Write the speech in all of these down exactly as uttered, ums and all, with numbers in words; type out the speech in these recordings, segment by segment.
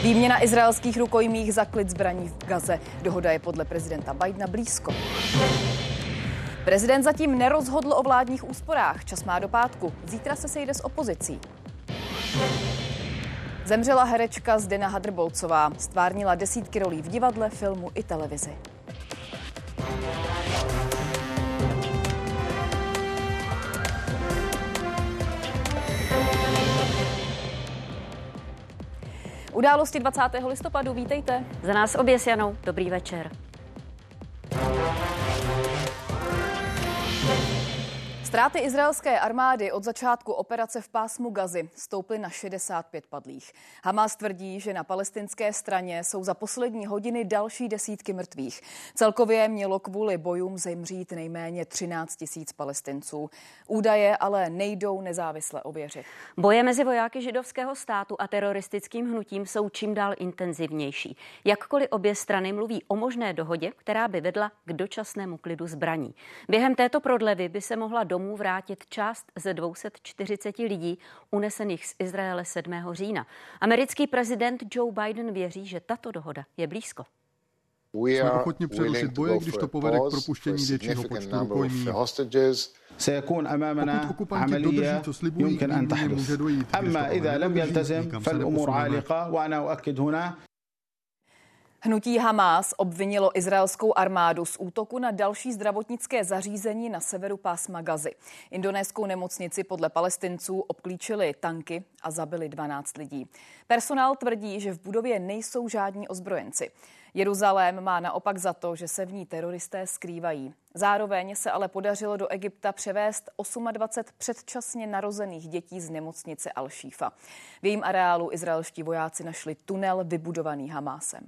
Výměna izraelských rukojmích za klid zbraní v Gaze. Dohoda je podle prezidenta Bidena blízko. Prezident zatím nerozhodl o vládních úsporách. Čas má do pátku. Zítra se sejde s opozicí. Zemřela herečka Zdena Hadrbolcová. Stvárnila desítky rolí v divadle, filmu i televizi. Události dvacátého listopadu, vítejte. Za nás obě s Janou, dobrý večer. Ztráty izraelské armády od začátku operace v pásmu Gazy stouply na šedesát pět padlých. Hamas tvrdí, že na palestinské straně jsou za poslední hodiny další desítky mrtvých. Celkově mělo kvůli bojům zemřít nejméně třináct tisíc Palestinců. Údaje ale nejdou nezávisle ověřit. Boje mezi vojáky židovského státu a teroristickým hnutím jsou čím dál intenzivnější. Jakkoliv obě strany mluví o možné dohodě, která by vedla k dočasnému klidu zbraní. Během této prodlevy by se mohla domů vrátit část ze dvě stě čtyřicet lidí unesených z Izraele sedmého října. Americký prezident Joe Biden věří, že tato dohoda je blízko. Jsme ochotni přerušit boje, když to povede k propuštění většího počtu rukojmí. Pokud okupanti dodrží, co slibují, může dojít. Hnutí Hamas obvinilo izraelskou armádu z útoku na další zdravotnické zařízení na severu pásma Gazy. Indonéskou nemocnici podle Palestinců obklíčili tanky a zabili dvanáct lidí. Personál tvrdí, že v budově nejsou žádní ozbrojenci. Jeruzalém má naopak za to, že se v ní teroristé skrývají. Zároveň se ale podařilo do Egypta převést dvacet osm předčasně narozených dětí z nemocnice Al-Shifa. V jejím areálu izraelští vojáci našli tunel vybudovaný Hamásem.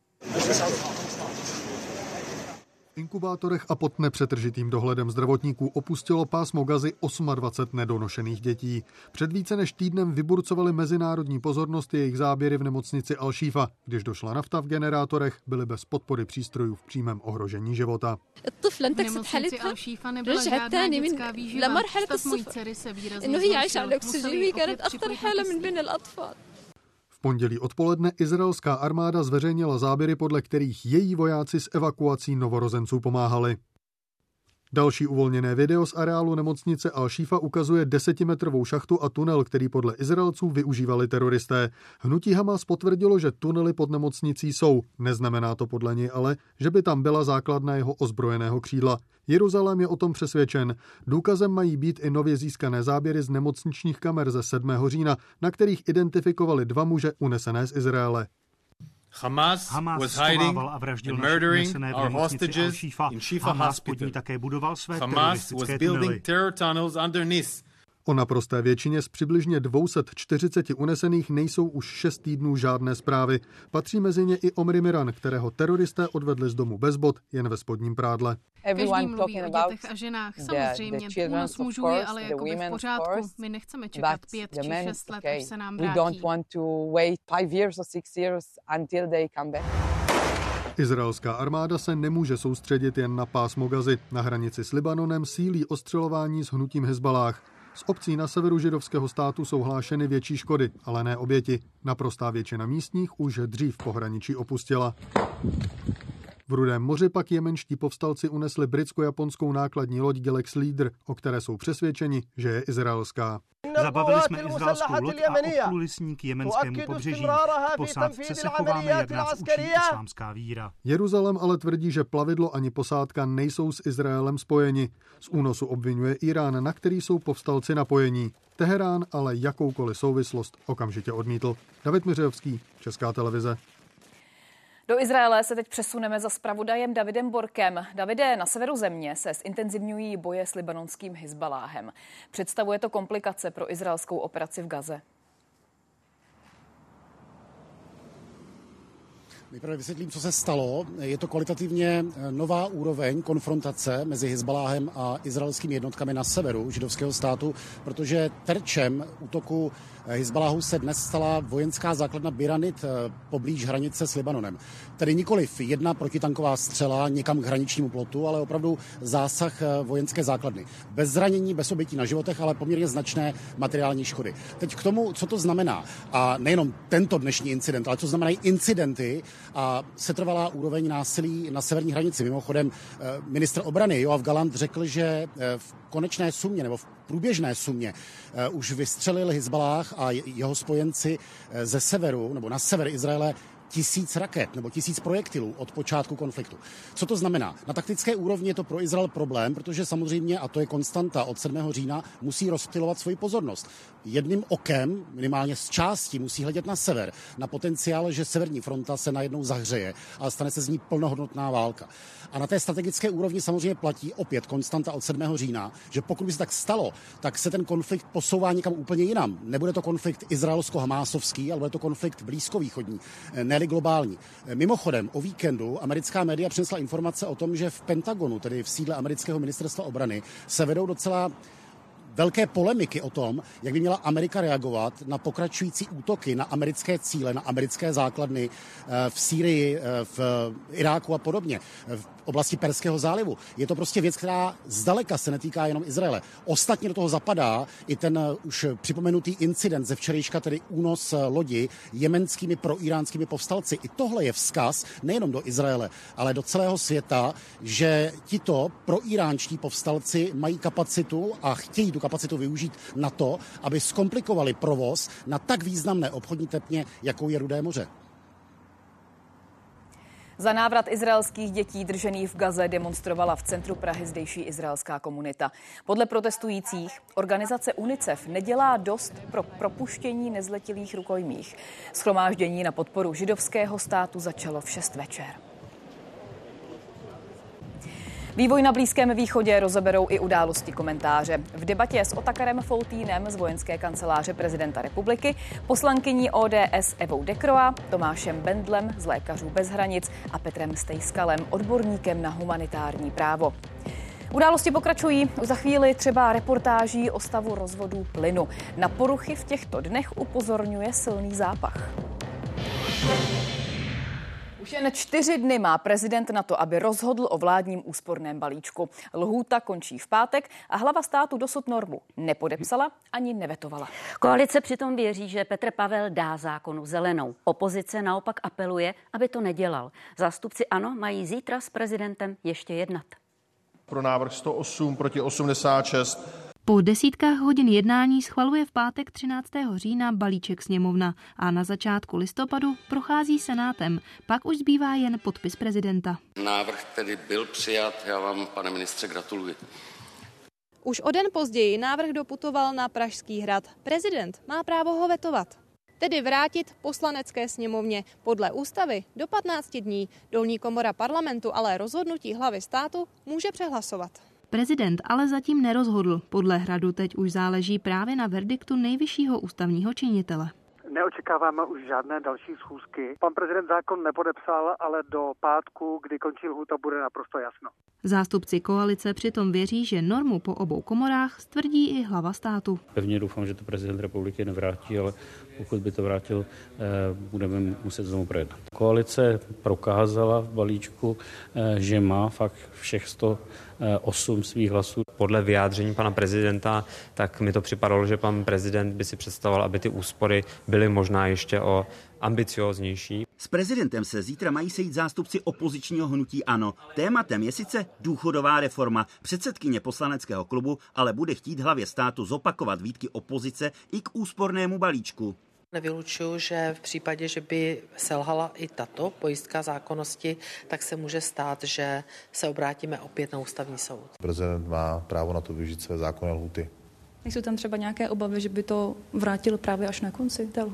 V inkubátorech a pod nepřetržitým dohledem zdravotníků opustilo pásmo Gazy dvacet osm nedonošených dětí. Před více než týdnem vyburcovali mezinárodní pozornost jejich záběry v nemocnici Al-Shifa. Když došla nafta v generátorech, byly bez podpory přístrojů v přímém ohrožení života. V nemocnici Al-Shifa nebyla žádná dětská výživa. Stav mojí dcery se výrazně zhoršil. Museli ji opět připojit. V pondělí odpoledne izraelská armáda zveřejnila záběry, podle kterých její vojáci s evakuací novorozenců pomáhali. Další uvolněné video z areálu nemocnice Al-Shifa ukazuje desetimetrovou šachtu a tunel, který podle Izraelců využívali teroristé. Hnutí Hamas potvrdilo, že tunely pod nemocnicí jsou. Neznamená to podle něj ale, že by tam byla základna jeho ozbrojeného křídla. Jeruzalém je o tom přesvědčen. Důkazem mají být i nově získané záběry z nemocničních kamer ze sedmého října, na kterých identifikovali dva muže unesené z Izraele. Hamas, Hamas was hiding and murdering our hostages in Shifa Hospital. Také budoval své Hamas was building terror tunnels underneath. O naprosté většině z přibližně dvě stě čtyřicet unesených nejsou už šest týdnů žádné zprávy. Patří mezi ně i Omri Miran, kterého teroristé odvedli z domu bez bot, jen ve spodním prádle. Každý mluví o dětech a ženách. Samozřejmě, únos mužů je ale jakoby v pořádku. My nechceme čekat pět či šest let, až se nám vrátí. Izraelská armáda se nemůže soustředit jen na pásmo Gazy. Na hranici s Libanonem sílí ostřelování s hnutím Hezbalách. Z obcí na severu židovského státu jsou hlášeny větší škody, ale ne oběti. Naprostá většina místních už dřív pohraničí opustila. V Rudém moři pak jemenští povstalci unesli britsko-japonskou nákladní loď Galaxy Leader, o které jsou přesvědčeni, že je izraelská. Zabavili jsme izraelskou loď a odpluli s ní k jemenskému pobřeží. V posádce se chováme, jak nás učí islámská víra. Jeruzalém ale tvrdí, že plavidlo ani posádka nejsou s Izraelem spojeni. Z únosu obvinuje Irán, na který jsou povstalci napojení. Teherán ale jakoukoliv souvislost okamžitě odmítl. David Miřejovský, Česká televize. Do Izraele se teď přesuneme za zpravodajem Davidem Borkem. Davide, na severu země se zintenzivňují boje s libanonským Hizbaláhem. Představuje to komplikace pro izraelskou operaci v Gaze? Nejprve vysvětlím, co se stalo. Je to kvalitativně nová úroveň konfrontace mezi Hizbaláhem a izraelskými jednotkami na severu židovského státu, protože terčem útoku Hizbaláhu se dnes stala vojenská základna Biranit poblíž hranice s Libanonem. Tedy nikoliv jedna protitanková střela někam k hraničnímu plotu, ale opravdu zásah vojenské základny. Bez zranění, bez obětí na životech, ale poměrně značné materiální škody. Teď k tomu, co to znamená. A nejenom tento dnešní incident, ale co znamenají incidenty a setrvalá úroveň násilí na severní hranici. Mimochodem, ministr obrany Joav Galant řekl, že v konečné sumě nebo v průběžné sumě už vystřelil Hizbalách a jeho spojenci ze severu nebo na sever Izraele tisíc raket nebo tisíc projektilů od počátku konfliktu. Co to znamená? Na taktické úrovni je to pro Izrael problém, protože samozřejmě, a to je konstanta od sedmého října, musí rozptylovat svoji pozornost. Jedním okem, minimálně z části, musí hledět na sever, na potenciál, že severní fronta se najednou zahřeje a stane se z ní plnohodnotná válka. A na té strategické úrovni samozřejmě platí opět konstanta od sedmého října, že pokud by se tak stalo, tak se ten konflikt posouvá někam úplně jinam. Nebude to konflikt izraelsko-hamásovský, ale bude to konflikt blízkovýchodní, ne globální. Mimochodem, o víkendu americká média přinesla informace o tom, že v Pentagonu, tedy v sídle amerického ministerstva obrany, se vedou docela velké polemiky o tom, jak by měla Amerika reagovat na pokračující útoky na americké cíle, na americké základny v Sýrii, v Iráku a podobně, v oblasti Perského zálivu. Je to prostě věc, která zdaleka se netýká jenom Izraele. Ostatně do toho zapadá i ten už připomenutý incident ze včerejška, tedy únos lodi jemenskými proiránskými povstalci. I tohle je vzkaz nejenom do Izraele, ale do celého světa, že tito proiránští povstalci mají kapacitu a chtějí tu kapacitu využít na to, aby zkomplikovali provoz na tak významné obchodní tepně, jakou je Rudé moře. Za návrat izraelských dětí držených v Gaze demonstrovala v centru Prahy zdejší izraelská komunita. Podle protestujících organizace UNICEF nedělá dost pro propuštění nezletilých rukojmích. Shromáždění na podporu židovského státu začalo v šest večer. Vývoj na Blízkém východě rozeberou i události komentáře. V debatě s Otakarem Foltýnem z vojenské kanceláře prezidenta republiky, poslankyní O D S Evou Dekroa, Tomášem Bendlem z Lékařů bez hranic a Petrem Stejskalem, odborníkem na humanitární právo. Události pokračují už za chvíli třeba reportáží o stavu rozvodů plynu. Na poruchy v těchto dnech upozorňuje silný zápach. Už jen čtyři dny má prezident na to, aby rozhodl o vládním úsporném balíčku. Lhůta končí v pátek a hlava státu dosud normu nepodepsala ani nevetovala. Koalice přitom věří, že Petr Pavel dá zákonu zelenou. Opozice naopak apeluje, aby to nedělal. Zástupci ANO mají zítra s prezidentem ještě jednat. Pro návrh sto osm proti osmdesát šest. Po desítkách hodin jednání schvaluje v pátek třináctého října balíček sněmovna a na začátku listopadu prochází senátem. Pak už zbývá jen podpis prezidenta. Návrh tedy byl přijat, já vám, pane ministře, gratuluji. Už o den později návrh doputoval na Pražský hrad. Prezident má právo ho vetovat, tedy vrátit poslanecké sněmovně. Podle ústavy do patnácti dní. Dolní komora parlamentu ale rozhodnutí hlavy státu může přehlasovat. Prezident ale zatím nerozhodl. Podle Hradu teď už záleží právě na verdiktu nejvyššího ústavního činitele. Neočekáváme už žádné další schůzky. Pan prezident zákon nepodepsal, ale do pátku, kdy končí lhůta, bude naprosto jasno. Zástupci koalice přitom věří, že normu po obou komorách stvrdí i hlava státu. Pevně doufám, že to prezident republiky nevrátí, ale pokud by to vrátil, budeme muset znovu projednat. Koalice prokázala v balíčku, že má fakt všech sto osm svých hlasů. Podle vyjádření pana prezidenta, tak mi to připadalo, že pan prezident by si představoval, aby ty úspory byly možná ještě o ambicióznější. S prezidentem se zítra mají sejít zástupci opozičního hnutí ANO. Tématem je sice důchodová reforma. Předsedkyně poslaneckého klubu ale bude chtít hlavě státu zopakovat výtky opozice i k úspornému balíčku. Nevylučuju, že v případě, že by selhala i tato pojistka zákonnosti, tak se může stát, že se obrátíme opět na ústavní soud. Prezident má právo na to využít své zákonné lhůty. Nejsou tam třeba nějaké obavy, že by to vrátil právě až na konci té lhůty?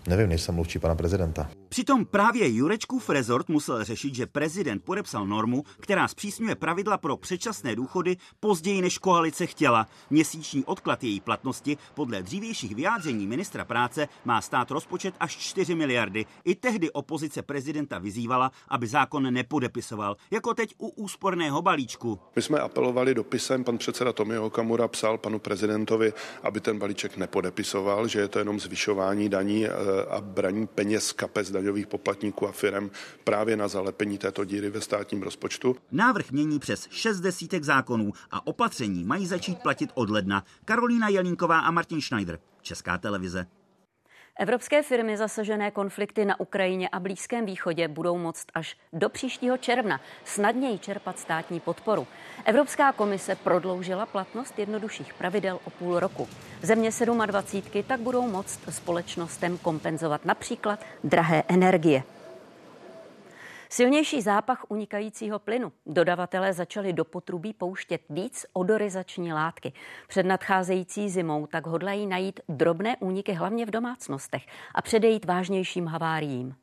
Nevím, nejsem mluvčí pana prezidenta. Přitom právě Jurečkův rezort musel řešit, že prezident podepsal normu, která zpřísňuje pravidla pro předčasné důchody později, než koalice chtěla. Měsíční odklad její platnosti podle dřívějších vyjádření ministra práce má stát rozpočet až čtyři miliardy. I tehdy opozice prezidenta vyzývala, aby zákon nepodepisoval, jako teď u úsporného balíčku. My jsme apelovali dopisem, pan předseda Tomio Okamura psal panu prezidentovi, aby ten balíček nepodepisoval, že je to jenom zvyšování daní a braní peněz z kapes daňových poplatníků a firem právě na zalepení této díry ve státním rozpočtu. Návrh mění přes šest desítek zákonů a opatření mají začít platit od ledna. Karolína Jelínková a Martin Schneider, Česká televize. Evropské firmy zasažené konflikty na Ukrajině a Blízkém východě budou moct až do příštího června snadněji čerpat státní podporu. Evropská komise prodloužila platnost jednodušších pravidel o půl roku. Země dvacet sedm tak budou moct společnostem kompenzovat například drahé energie. Silnější zápach unikajícího plynu. Dodavatelé začali do potrubí pouštět víc odorizační látky. Před nadcházející zimou tak hodlají najít drobné úniky hlavně v domácnostech a předejít vážnějším haváriím.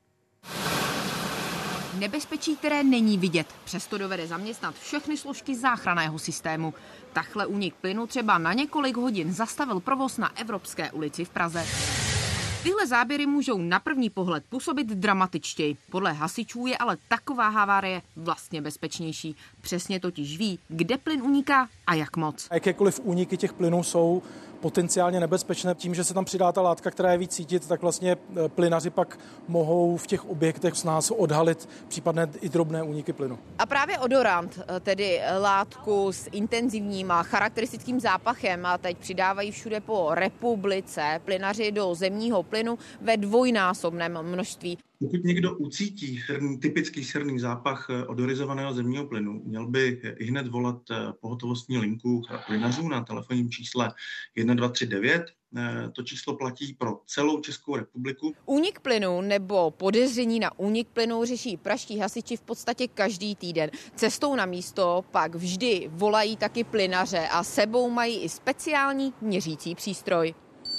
Nebezpečí, které není vidět, přesto dovede zaměstnat všechny složky záchranného systému. Takhle únik plynu třeba na několik hodin zastavil provoz na Evropské ulici v Praze. Tyhle záběry můžou na první pohled působit dramatičtěji. Podle hasičů je ale taková havárie vlastně bezpečnější. Přesně totiž ví, kde plyn uniká a jak moc. Jakékoliv úniky těch plynů jsou potenciálně nebezpečné. Tím, že se tam přidá ta látka, která je víc cítit, tak vlastně plynaři pak mohou v těch objektech s nás odhalit případné i drobné úniky plynu. A právě odorant, tedy látku s intenzivním a charakteristickým zápachem, a teď přidávají všude po republice plynaři do zemního plynu ve dvojnásobném množství. Pokud někdo ucítí sirný, typický sirný zápach odorizovaného zemního plynu, měl by ihned volat pohotovostní linku plynařů na telefonním čísle jedna dva tři devět. To číslo platí pro celou Českou republiku. Únik plynu nebo podezření na únik plynu řeší pražští hasiči v podstatě každý týden. Cestou na místo pak vždy volají taky plynaře a sebou mají i speciální měřící přístroj.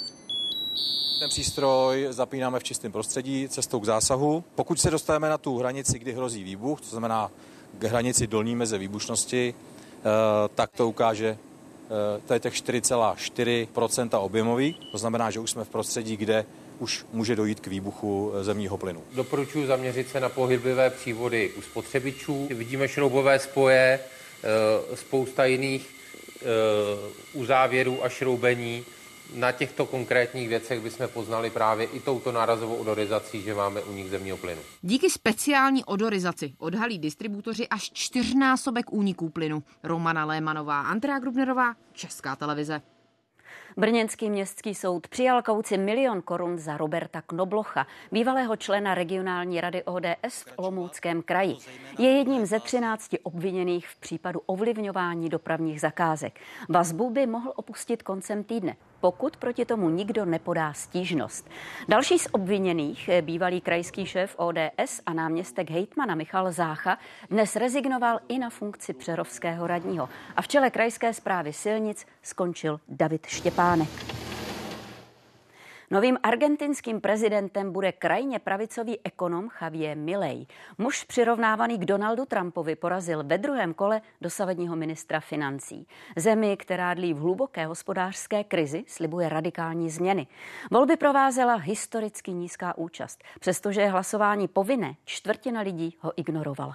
Ten přístroj zapínáme v čistém prostředí cestou k zásahu. Pokud se dostaneme na tu hranici, kdy hrozí výbuch, to znamená k hranici dolní meze výbušnosti, tak to ukáže, to je těch čtyři celá čtyři procenta objemový. To znamená, že už jsme v prostředí, kde už může dojít k výbuchu zemního plynu. Doporučuji zaměřit se na pohyblivé přívody u spotřebičů. Vidíme šroubové spoje, spousta jiných uzávěrů a šroubení. Na těchto konkrétních věcech bychom poznali právě i touto nárazovou odorizací, že máme únik zemního plynu. Díky speciální odorizaci odhalí distributoři až čtyřnásobek úniků plynu. Romana Lémanová, Andrea Grubnerová, Česká televize. Brněnský městský soud přijal kauci milion korun za Roberta Knoblocha, bývalého člena regionální rady O D S v Olomouckém kraji. Je jedním ze třinácti obviněných v případu ovlivňování dopravních zakázek. Vazbu by mohl opustit koncem týdne, pokud proti tomu nikdo nepodá stížnost. Další z obviněných, bývalý krajský šéf O D S a náměstek hejtmana Michal Zácha, dnes rezignoval i na funkci přerovského radního a v čele krajské správy silnic skončil David Štěpánek. Novým argentinským prezidentem bude krajně pravicový ekonom Javier Milei. Muž přirovnávaný k Donaldu Trumpovi porazil ve druhém kole dosavadního ministra financí. Zemi, která dlí v hluboké hospodářské krizi, slibuje radikální změny. Volby provázela historicky nízká účast. Přestože je hlasování povinné, čtvrtina lidí ho ignorovala.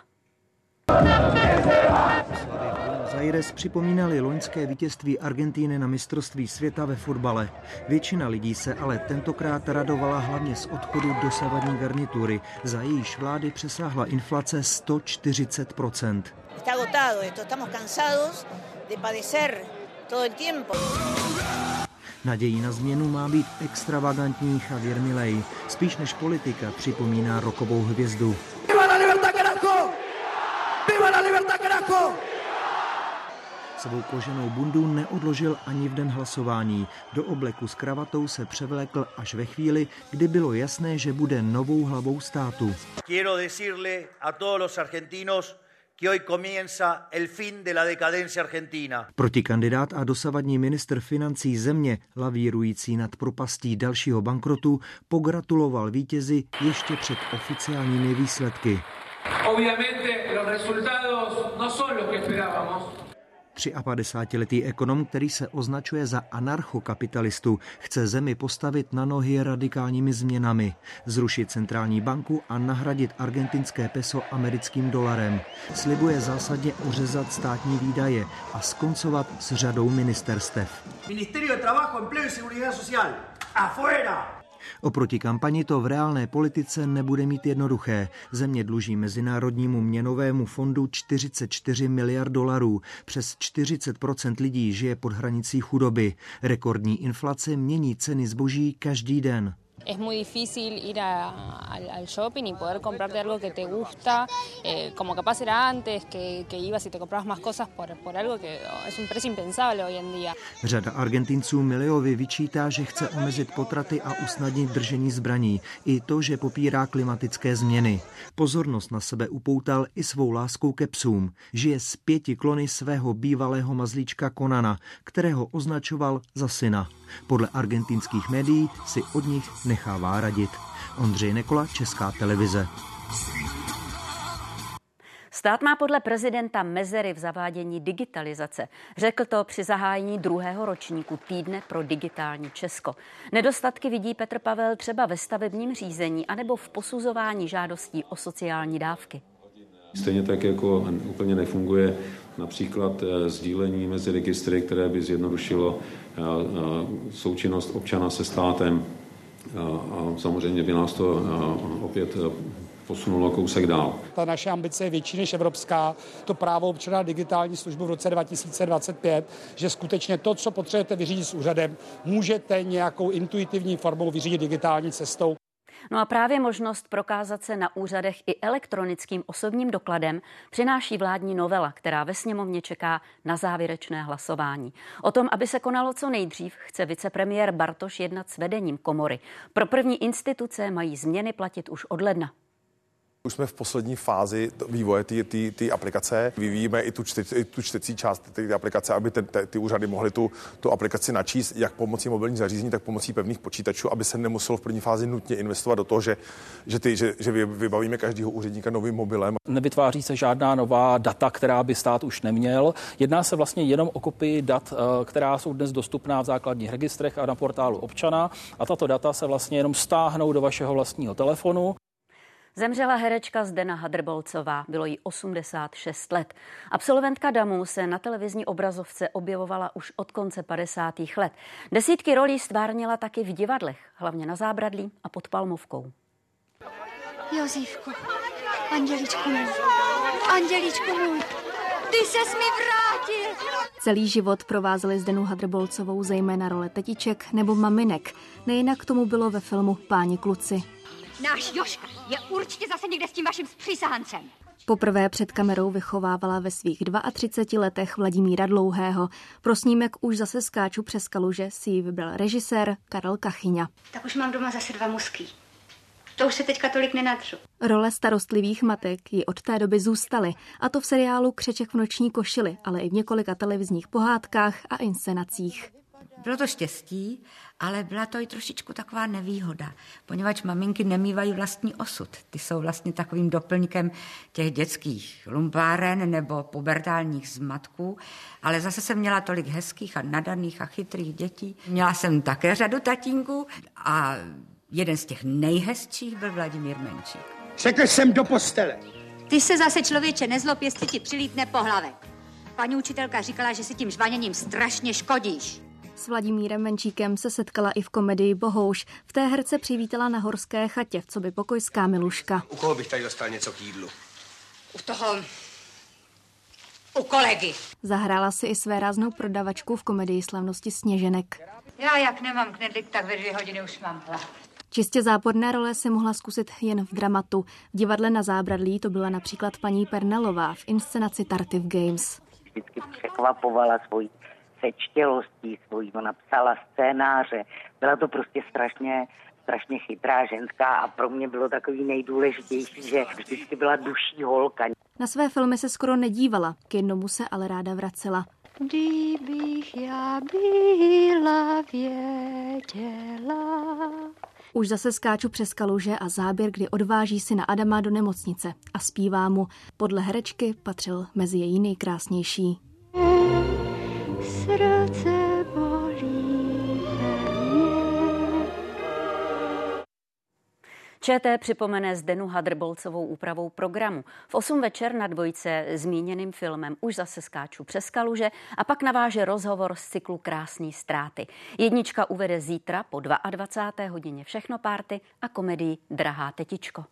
Buenos Aires připomínali loňské vítězství Argentíny na mistrovství světa ve fotbale. Většina lidí se ale tentokrát radovala hlavně z odchodu dosavadní garnitury. Za jejíž vlády přesáhla inflace sto čtyřicet procent. Está agotado esto, estamos cansados de padecer todo el tiempo. Nadějí na změnu má být extravagantní Javier Milei. Spíš než politika připomíná rokovou hvězdu. Svou koženou bundu neodložil ani v den hlasování. Do obleku s kravatou se převlékl až ve chvíli, kdy bylo jasné, že bude novou hlavou státu. Quiero decirle a todos los argentinos que hoy comienza el fin de la decadencia argentina. Protikandidát a dosavadní ministr financí země, lavírující nad propastí dalšího bankrotu, pogratuloval vítězi ještě před oficiálními výsledky. Obviamente los resultados no son los que esperábamos. padesátletý ekonom, který se označuje za anarchokapitalistu, chce zemi postavit na nohy radikálními změnami, zrušit centrální banku a nahradit argentinské peso americkým dolarem. Slibuje zásadně ořezat státní výdaje a skoncovat s řadou ministerstev. Ministerio de Trabajo, Empleo y Seguridad Social. Afuera! Oproti kampani to v reálné politice nebude mít jednoduché. Země dluží Mezinárodnímu měnovému fondu čtyřicet čtyři miliard dolarů. Přes čtyřicet procent lidí žije pod hranicí chudoby. Rekordní inflace mění ceny zboží každý den. Es muy difícil ir a, al, al shopping y poder comprarte algo que te gusta, eh, como capaz era antes, que, que ibas y te comprabas más cosas por, por algo que es un precio impensable hoy en día. Řada Argentinců Milejovi vyčítá, že chce omezit potraty a usnadnit držení zbraní. I to, že popírá klimatické změny. Pozornost na sebe upoutal i svou láskou ke psům. Žije s pěti klony svého bývalého mazlíčka Conana, kterého označoval za syna. Podle argentinských médií si od nich nechává radit. Ondřej Nekola, Česká televize. Stát má podle prezidenta mezery v zavádění digitalizace. Řekl to při zahájení druhého ročníku Týdne pro digitální Česko. Nedostatky vidí Petr Pavel třeba ve stavebním řízení anebo v posuzování žádostí o sociální dávky. Stejně tak jako úplně nefunguje například sdílení mezi registry, které by zjednodušilo součinnost občana se státem. A samozřejmě by nás to opět posunulo kousek dál. Ta naše ambice je větší než evropská. To právo občana digitální službu v roce dva tisíce dvacet pět, že skutečně to, co potřebujete vyřídit s úřadem, můžete nějakou intuitivní formou vyřídit digitální cestou. No a právě možnost prokázat se na úřadech i elektronickým osobním dokladem přináší vládní novela, která ve sněmovně čeká na závěrečné hlasování. O tom, aby se konalo co nejdřív, chce vicepremiér Bartoš jednat s vedením komory. Pro první instituce mají změny platit už od ledna. Už jsme v poslední fázi vývoje té aplikace. Vyvíjíme i tu, čte, i tu čtecí část té aplikace, aby ty, ty úřady mohly tu, tu aplikaci načíst jak pomocí mobilních zařízení, tak pomocí pevných počítačů, aby se nemuselo v první fázi nutně investovat do toho, že, že, ty, že, že vybavíme každého úředníka novým mobilem. Nevytváří se žádná nová data, která by stát už neměl. Jedná se vlastně jenom o kopii dat, která jsou dnes dostupná v základních registrech a na portálu občana. A tato data se vlastně jenom stáhnou do vašeho vlastního telefonu. Zemřela herečka Zdena Hadrbolcová, bylo jí osmdesát šest let. Absolventka damu se na televizní obrazovce objevovala už od konce padesátých let. Desítky rolí stvárnila taky v divadlech, hlavně na Zábradlí a pod Palmovkou. Josífku, Anděličku můj, Anděličku můj, ty ses mi vrátil. Celý život provázeli Zdenu Hadrbolcovou zejména role tetiček nebo maminek. Nejinak tomu bylo ve filmu Páni kluci. Náš Joška je určitě zase někde s tím vaším spřísahancem. Poprvé před kamerou vychovávala ve svých třiceti dvou letech Vladimíra Dlouhého. Pro snímek Už zase skáču přes kaluže si ji vybral režisér Karel Kachyňa. Tak už mám doma zase dva musky. To už se teďka tolik nenadřu. Role starostlivých matek ji od té doby zůstaly, a to v seriálu Křeček v noční košili, ale i v několika televizních pohádkách a inscenacích. Bylo to štěstí, ale byla to i trošičku taková nevýhoda, poněvadž maminky nemývají vlastní osud. Ty jsou vlastně takovým doplňkem těch dětských lumpáren nebo pubertálních zmatků, ale zase jsem měla tolik hezkých a nadaných a chytrých dětí. Měla jsem také řadu tatínků a jeden z těch nejhezčích byl Vladimír Menčík. Řekl jsem do postele. Ty se zase, člověče, nezlob, jestli ti přilítne pohlavek. Paní učitelka říkala, že si tím žvaněním strašně škodíš. S Vladimírem Menčíkem se setkala i v komedii Bohouš. V té herce přivítala na Horské chatě, v coby pokojská miluška. U koho bych tady dostal něco k jídlu? U toho... u kolegy. Zahrála si i své ráznou prodavačku v komedii Slavnosti sněženek. Já jak nemám knedlík, tak ve dvě hodiny už mám hlad. Čistě záporné role si mohla zkusit jen v dramatu. V divadle na Zábradlí to byla například paní Pernelová v inscenaci Tartiv Games. Vždycky překvapovala svojí sečtělostí svojí, ona psala scénáře, byla to prostě strašně, strašně chytrá ženská a pro mě bylo takový nejdůležitější, že vždycky byla duší holka. Na své filmy se skoro nedívala, k jednomu se ale ráda vracela. Kdybych já byla věděla. Už zase skáču přes kaluže a záběr, kdy odváží syna Adama do nemocnice a zpívá mu. Podle herečky patřil mezi její nejkrásnější. Srdce bolí ve mně. ČT připomene Zdenu Hadrbolcovou úpravou programu. V osm večer na Dvojce zmíněným filmem Už zase skáču přes kaluže a pak naváže rozhovor z cyklu Krásný ztráty. Jednička uvede zítra po dvacáté druhé hodině Všechno párty a komedii Drahá tetičko.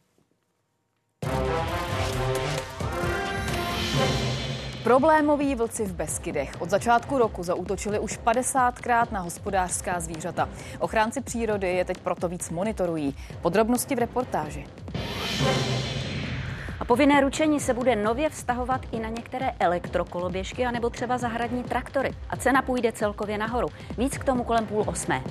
Problémoví vlci v Beskydech od začátku roku zaútočili už padesátkrát na hospodářská zvířata. Ochránci přírody je teď proto víc monitorují. Podrobnosti v reportáži. A povinné ručení se bude nově vztahovat i na některé elektrokoloběžky anebo třeba zahradní traktory. A cena půjde celkově nahoru. Víc k tomu kolem půl osmé.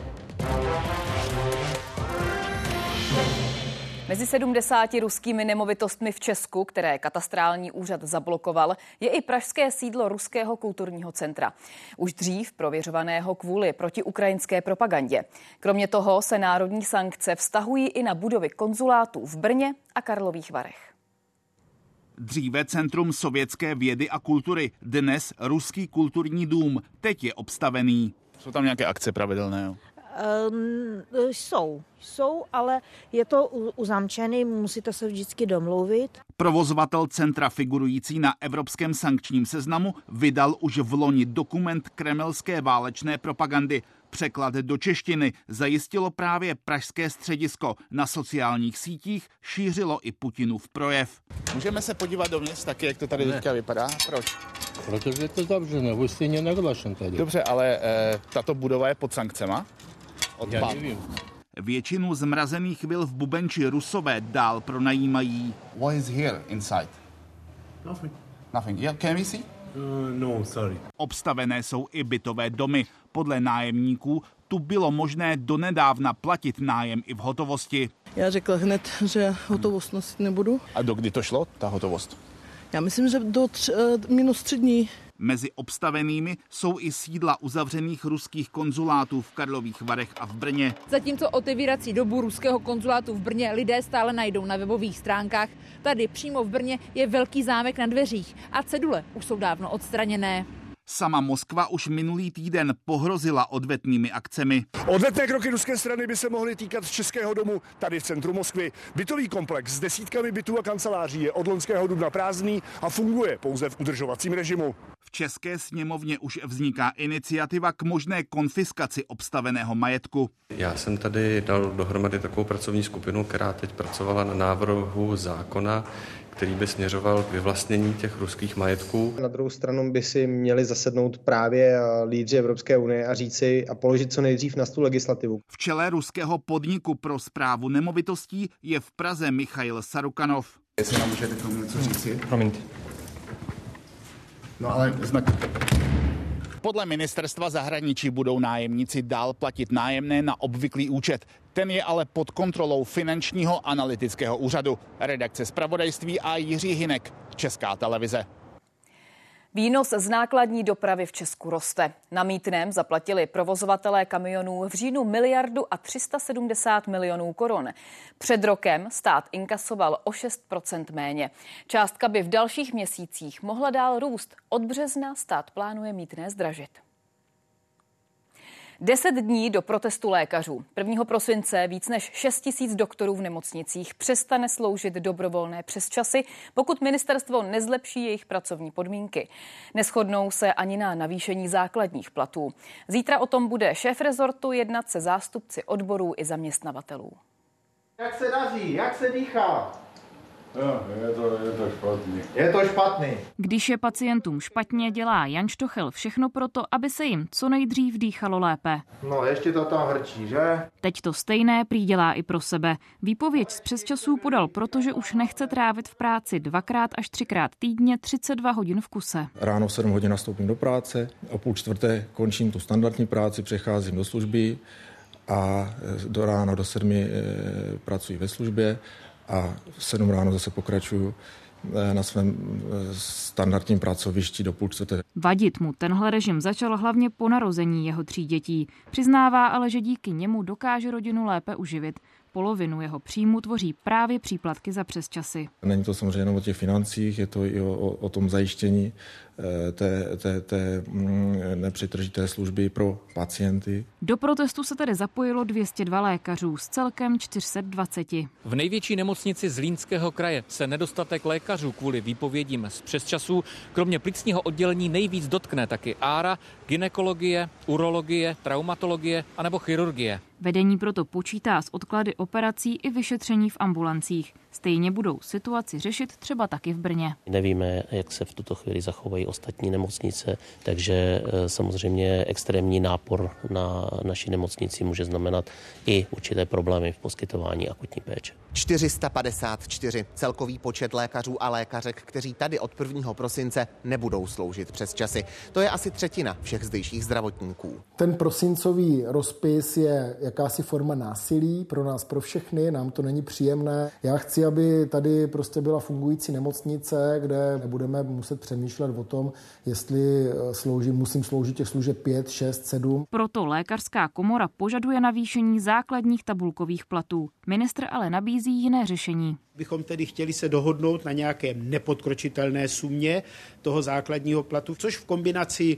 Mezi sedmdesáti ruskými nemovitostmi v Česku, které katastrální úřad zablokoval, je i pražské sídlo Ruského kulturního centra. Už dřív prověřovaného kvůli protiukrajinské propagandě. Kromě toho se národní sankce vztahují i na budovy konzulátů v Brně a Karlových Varech. Dříve Centrum sovětské vědy a kultury, dnes Ruský kulturní dům, teď je obstavený. Jsou tam nějaké akce pravidelné? Jo? Um, jsou, jsou, ale je to uzamčený, musíte se vždycky domluvit. Provozovatel centra figurující na evropském sankčním seznamu vydal už v loni dokument kremelské válečné propagandy. Překlad do češtiny zajistilo právě pražské středisko. Na sociálních sítích šířilo i Putinův projev. Můžeme se podívat dovnitř taky, jak to tady teďka vypadá? Proč? Protože je to zavřené, vy jste nenaglašen tady. Dobře, ale e, tato budova je pod sankcema? Od Já nevím. Většinu zmrazených vil v Bubenči Rusové dál pronajímají. What is here inside? Nothing. Nothing. Yeah, can we see? Uh, no, sorry. Obstavené jsou i bytové domy. Podle nájemníků tu bylo možné donedávna platit nájem i v hotovosti. Já řekla hned, že hotovost nosit nebudu. A do kdy to šlo, ta hotovost? Já myslím, že do tři, minus tři dní. Mezi obstavenými jsou i sídla uzavřených ruských konzulátů v Karlových Varech a v Brně. Zatímco otevírací dobu ruského konzulátu v Brně lidé stále najdou na webových stránkách, tady přímo v Brně je velký zámek na dveřích a cedule už jsou dávno odstraněné. Sama Moskva už minulý týden pohrozila odvetnými akcemi. Odvetné kroky ruské strany by se mohly týkat Českého domu tady v centru Moskvy. Bytový komplex s desítkami bytů a kanceláří je od loňského dubna prázdný a funguje pouze v udržovacím režimu. V České sněmovně už vzniká iniciativa k možné konfiskaci obstaveného majetku. Já jsem tady dal dohromady takovou pracovní skupinu, která teď pracovala na návrhu zákona, který by směřoval k vyvlastnění těch ruských majetků. Na druhou stranu by si měli zasednout právě lídři Evropské unie a říci a položit co nejdřív na stůl legislativu. V čele ruského podniku pro správu nemovitostí je v Praze Michail Sarukanov. Jestli nám můžete k tomu něco říci? Promiňte. No ale znak... Podle ministerstva zahraničí budou nájemníci dál platit nájemné na obvyklý účet. Ten je ale pod kontrolou Finančního analytického úřadu. Redakce zpravodajství a Jiří Hynek, Česká televize. Výnos z nákladní dopravy v Česku roste. Na mýtném zaplatili provozovatelé kamionů v říjnu miliardu a tři sta sedmdesát milionů korun. Před rokem stát inkasoval o šest procent méně. Částka by v dalších měsících mohla dál růst. Od března stát plánuje mýtné zdražit. Deset dní do protestu lékařů. prvního prosince víc než šest tisíc doktorů v nemocnicích přestane sloužit dobrovolné přesčasy, pokud ministerstvo nezlepší jejich pracovní podmínky. Neshodnou se ani na navýšení základních platů. Zítra o tom bude šéf rezortu jednat se zástupci odborů i zaměstnavatelů. Jak se daří? Jak se dýchá? Jo, je to, je to špatný. Je to špatný. Když je pacientům špatně, dělá Jan Štochel všechno proto, aby se jim co nejdřív dýchalo lépe. No, ještě to tam hrčí, že? Teď to stejné prý dělá i pro sebe. Výpověď z přesčasů podal, protože už nechce trávit v práci dvakrát až třikrát týdně třicet dva hodin v kuse. Ráno v sedm hodin nastoupím do práce, o půl čtvrté končím tu standardní práci, přecházím do služby a do rána do sedmi e, pracuji ve službě. A v sedm ráno zase pokračuju na svém standardním pracovišti do půl čtvrté. Vadit mu tenhle režim začal hlavně po narození jeho tří dětí. Přiznává ale, že díky němu dokáže rodinu lépe uživit. Polovinu jeho příjmu tvoří právě příplatky za přesčasy. Není to samozřejmě jenom o těch financích, je to i o, o, o tom zajištění té, té, té nepřetržité služby pro pacienty. Do protestu se tedy zapojilo dvě stě dva lékařů z celkem čtyři sta dvacet. V největší nemocnici Zlínského kraje se nedostatek lékařů kvůli výpovědím z přesčasů kromě plicního oddělení nejvíc dotkne taky ára, gynekologie, urologie, traumatologie anebo chirurgie. Vedení proto počítá s odklady operací i vyšetření v ambulancích. Stejně budou situaci řešit třeba taky v Brně. Nevíme, jak se v tuto chvíli zachovají ostatní nemocnice, takže samozřejmě extrémní nápor na naší nemocnici může znamenat i určité problémy v poskytování akutní péče. čtyři sta padesát čtyři celkový počet lékařů a lékařek, kteří tady od prvního prosince nebudou sloužit přes časy. To je asi třetina všech zdejších zdravotníků. Ten prosincový rozpis je jakási forma násilí pro nás, pro všechny, nám to není příjemné. Já chci, aby tady prostě byla fungující nemocnice, kde nebudeme muset přemýšlet o tom, jestli slouží, musím sloužit těch služeb pět, šest, sedm. Proto lékařská komora požaduje navýšení základních tabulkových platů. Ministr ale nabízí jiné řešení. Bychom tedy chtěli se dohodnout na nějaké nepodkročitelné sumě toho základního platu, což v kombinaci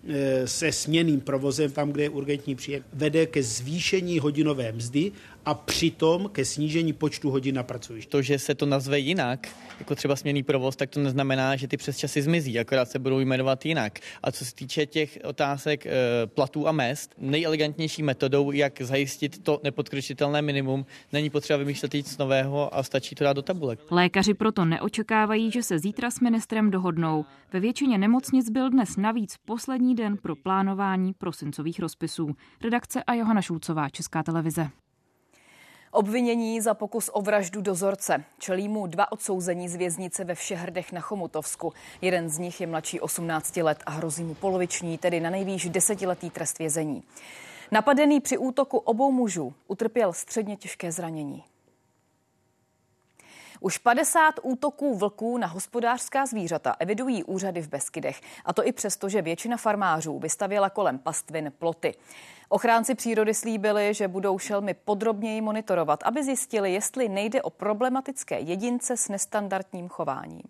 se směnným provozem, tam, kde je urgentní příjem, vede ke zvýšení hodinové mzdy a přitom ke snížení počtu hodin na pracovišti. To, že se to nazve jinak, jako třeba směnný provoz, tak to neznamená, že ty přesčasy zmizí, akorát se budou jmenovat jinak. A co se týče těch otázek e, platů a mezd, nejelegantnější metodou, jak zajistit to nepodkročitelné minimum, není potřeba vymýšlet nic nového a stačí to dát do tabulek. Lékaři proto neočekávají, že se zítra s ministrem dohodnou. Ve většině nemocnic byl dnes navíc poslední den pro plánování prosincových rozpisů. Redakce a Johana Šulcová, Česká televize. Obvinění za pokus o vraždu dozorce. Čelí mu dva odsouzení z věznice ve Všehrdech na Chomutovsku. Jeden z nich je mladší osmnácti let a hrozí mu poloviční, tedy na nejvýš desetiletý trest vězení. Napadený při útoku obou mužů utrpěl středně těžké zranění. Už padesát útoků vlků na hospodářská zvířata evidují úřady v Beskydech. A to i přesto, že většina farmářů vystavěla kolem pastvin ploty. Ochránci přírody slíbili, že budou šelmy podrobněji monitorovat, aby zjistili, jestli nejde o problematické jedince s nestandardním chováním.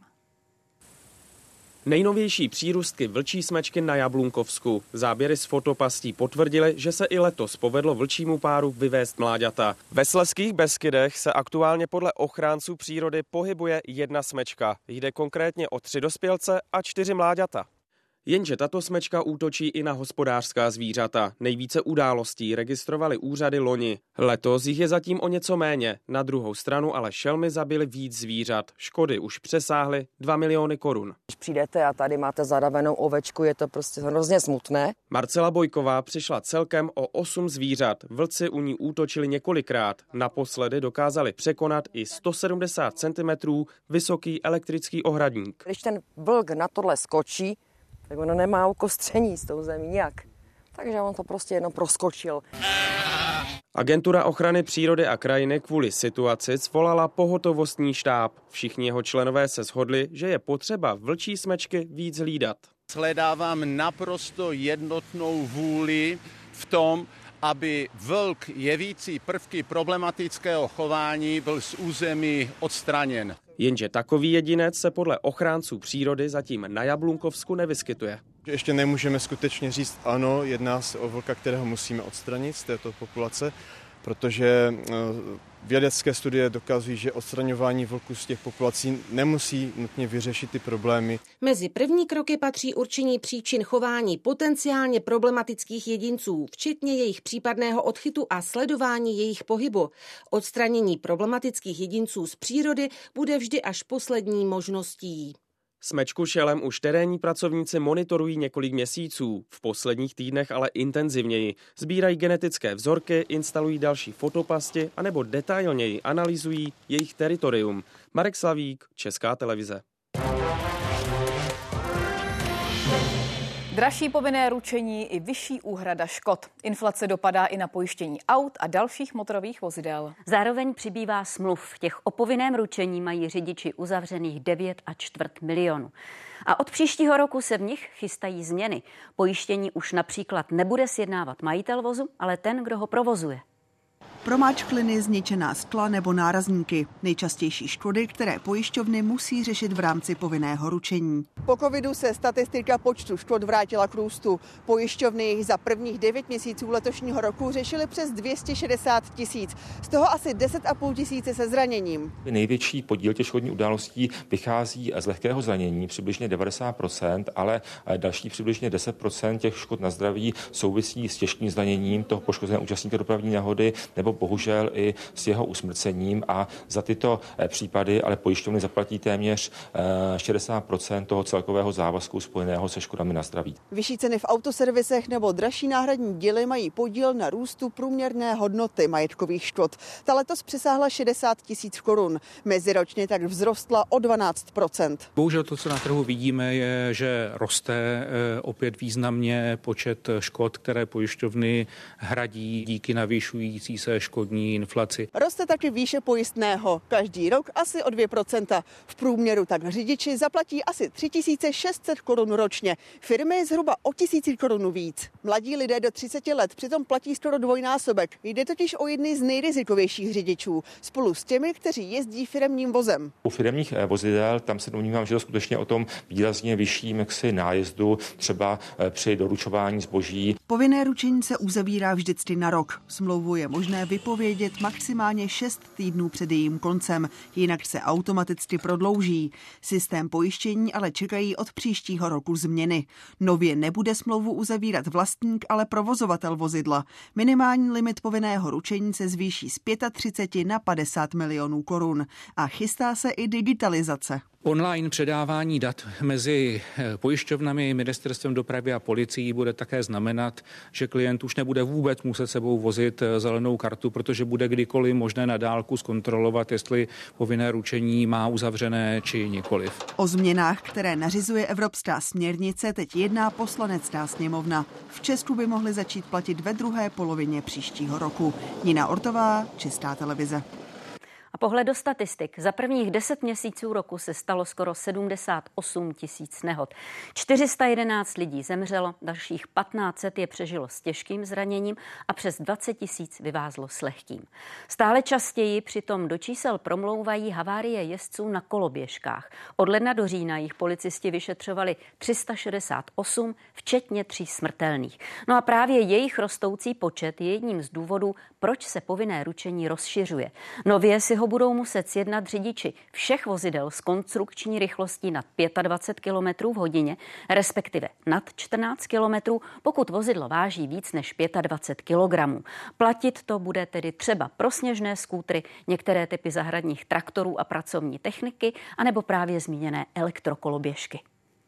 Nejnovější přírůstky vlčí smečky na Jablunkovsku. Záběry z fotopastí potvrdily, že se i letos povedlo vlčímu páru vyvést mláďata. Ve Slezských Beskydech se aktuálně podle ochránců přírody pohybuje jedna smečka. Jde konkrétně o tři dospělce a čtyři mláďata. Jenže tato smečka útočí i na hospodářská zvířata. Nejvíce událostí registrovali úřady loni. Letos jich je zatím o něco méně. Na druhou stranu ale šelmy zabily víc zvířat. Škody už přesáhly dva miliony korun. Když přijdete a tady máte zadavenou ovečku, je to prostě hrozně smutné. Marcela Bojková přišla celkem o osm zvířat. Vlci u ní útočili několikrát. Naposledy dokázali překonat i sto sedmdesát centimetrů vysoký elektrický ohradník. Když ten vlk na tohle skočí, tak ono nemá ukostření s tou zemí nějak. Takže on to prostě jenom proskočil. Agentura ochrany přírody a krajiny kvůli situaci svolala pohotovostní štáb. Všichni jeho členové se shodli, že je potřeba vlčí smečky víc hlídat. Sledávám naprosto jednotnou vůli v tom, aby vlk jevící prvky problematického chování byl z území odstraněn. Jenže takový jedinec se podle ochránců přírody zatím na Jablunkovsku nevyskytuje. Ještě nemůžeme skutečně říct ano, jedná se o vlka, kterého musíme odstranit z této populace, protože vědecké studie dokazují, že odstraňování vlků z těch populací nemusí nutně vyřešit ty problémy. Mezi první kroky patří určení příčin chování potenciálně problematických jedinců, včetně jejich případného odchytu a sledování jejich pohybu. Odstranění problematických jedinců z přírody bude vždy až poslední možností. Smečku šelem už terénní pracovníci monitorují několik měsíců, v posledních týdnech ale intenzivněji. Sbírají genetické vzorky, instalují další fotopasti anebo detailněji analyzují jejich teritorium. Marek Slavík, Česká televize. Dražší povinné ručení i vyšší úhrada škod. Inflace dopadá i na pojištění aut a dalších motorových vozidel. Zároveň přibývá smluv. Těch o povinném ručení mají řidiči uzavřených devět a čtvrt milionu. A od příštího roku se v nich chystají změny. Pojištění už například nebude sjednávat majitel vozu, ale ten, kdo ho provozuje. Promáčkliny, zničená skla nebo nárazníky. Nejčastější škody, které pojišťovny musí řešit v rámci povinného ručení. Po covidu se statistika počtu škod vrátila k růstu. Pojišťovny jich za prvních devět měsíců letošního roku řešily přes dvě stě šedesát tisíc. Z toho asi deset a půl tisíce se zraněním. Největší podíl těch škodních událostí vychází z lehkého zranění, přibližně devadesát procent, ale další přibližně deset procent těch škod na zdraví souvisí s těžkým zraněním toho poškozeného účastníka dopravní nehody nebo bohužel i s jeho usmrcením, a za tyto případy ale pojišťovny zaplatí téměř šedesát procent toho celkového závazku spojeného se škodami na zdraví. Vyšší ceny v autoservisech nebo dražší náhradní díly mají podíl na růstu průměrné hodnoty majetkových škod. Ta letos přesáhla šedesát tisíc korun. Meziročně tak vzrostla o dvanáct procent. Bohužel to, co na trhu vidíme, je, že roste opět významně počet škod, které pojišťovny hradí díky navýšující se škodní inflaci. Roste taky výše pojistného. Každý rok asi o dvě procenta. V průměru tak řidiči zaplatí asi tři tisíce šest set korun ročně. Firmy zhruba o tisíci korun víc. Mladí lidé do třiceti let přitom platí skoro dvojnásobek. Jde totiž o jedny z nejrizikovějších řidičů. Spolu s těmi, kteří jezdí firemním vozem. U firemních vozidel tam se domnívám, že to skutečně o tom výrazně vyšším jaksi nájezdu, třeba při doručování zboží. Povinné ručení se uzavírá vždycky na rok. Smlouvu je možné vypovědět maximálně šest týdnů před jejím koncem, jinak se automaticky prodlouží. Systém pojištění ale čekají od příštího roku změny. Nově nebude smlouvu uzavírat vlastník, ale provozovatel vozidla. Minimální limit povinného ručení se zvýší z třicet pět na padesát milionů korun. A chystá se i digitalizace. Online předávání dat mezi pojišťovnami, ministerstvem dopravy a policií bude také znamenat, že klient už nebude vůbec muset sebou vozit zelenou kartu, protože bude kdykoliv možné na dálku zkontrolovat, jestli povinné ručení má uzavřené či nikoliv. O změnách, které nařizuje evropská směrnice, teď jedná poslanecká sněmovna. V Česku by mohly začít platit ve druhé polovině příštího roku. Nina Ortová, Česká televize. A pohled do statistik. Za prvních deset měsíců roku se stalo skoro sedmdesát osm tisíc nehod. čtyři sta jedenáct lidí zemřelo, dalších patnáct set je přežilo s těžkým zraněním a přes dvacet tisíc vyvázlo s lehkým. Stále častěji přitom do čísel promlouvají havárie jezdců na koloběžkách. Od ledna do října jich policisti vyšetřovali tři sta šedesát osm, včetně tří smrtelných. No a právě jejich rostoucí počet je jedním z důvodů, proč se povinné ručení rozšiřuje. Nově si ho budou muset sjednat řidiči všech vozidel s konstrukční rychlostí nad dvacet pět kilometrů v hodině, respektive nad čtrnáct kilometrů, pokud vozidlo váží víc než dvacet pět kilogramů. Platit to bude tedy třeba pro sněžné skútry, některé typy zahradních traktorů a pracovní techniky, anebo právě zmíněné elektrokoloběžky.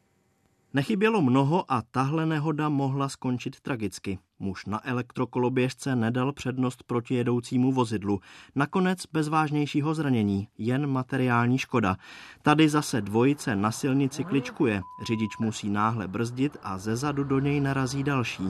Nechybělo mnoho a tahle nehoda mohla skončit tragicky. Muž na elektrokoloběžce nedal přednost protijedoucímu vozidlu. Nakonec bez vážnějšího zranění, jen materiální škoda. Tady zase dvojice na silnici kličkuje. Řidič musí náhle brzdit a zezadu do něj narazí další.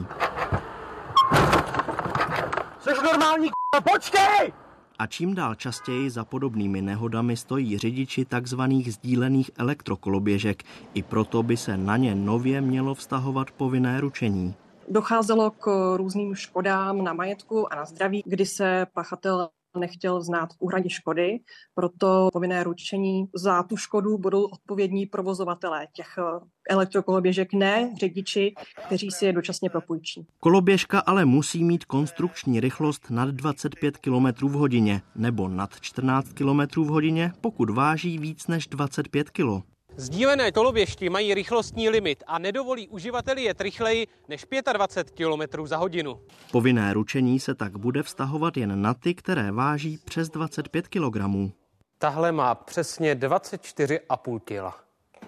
Jseš normální, počkej! A čím dál častěji za podobnými nehodami stojí řidiči takzvaných sdílených elektrokoloběžek. I proto by se na ně nově mělo vztahovat povinné ručení. Docházelo k různým škodám na majetku a na zdraví, kdy se pachatel nechtěl znát v úhradě škody, proto povinné ručení za tu škodu budou odpovědní provozovatelé těch elektrokoloběžek, ne řidiči, kteří si je dočasně propůjčí. Koloběžka ale musí mít konstrukční rychlost nad dvacet pět kilometrů v hodině nebo nad čtrnáct kilometrů v hodině, pokud váží víc než dvacet pět kilogramů. Sdílené koloběžky mají rychlostní limit a nedovolí uživateli jet rychleji než dvacet pět kilometrů za hodinu. Povinné ručení se tak bude vztahovat jen na ty, které váží přes dvacet pět kilogramů. Tahle má přesně dvacet čtyři a půl kila.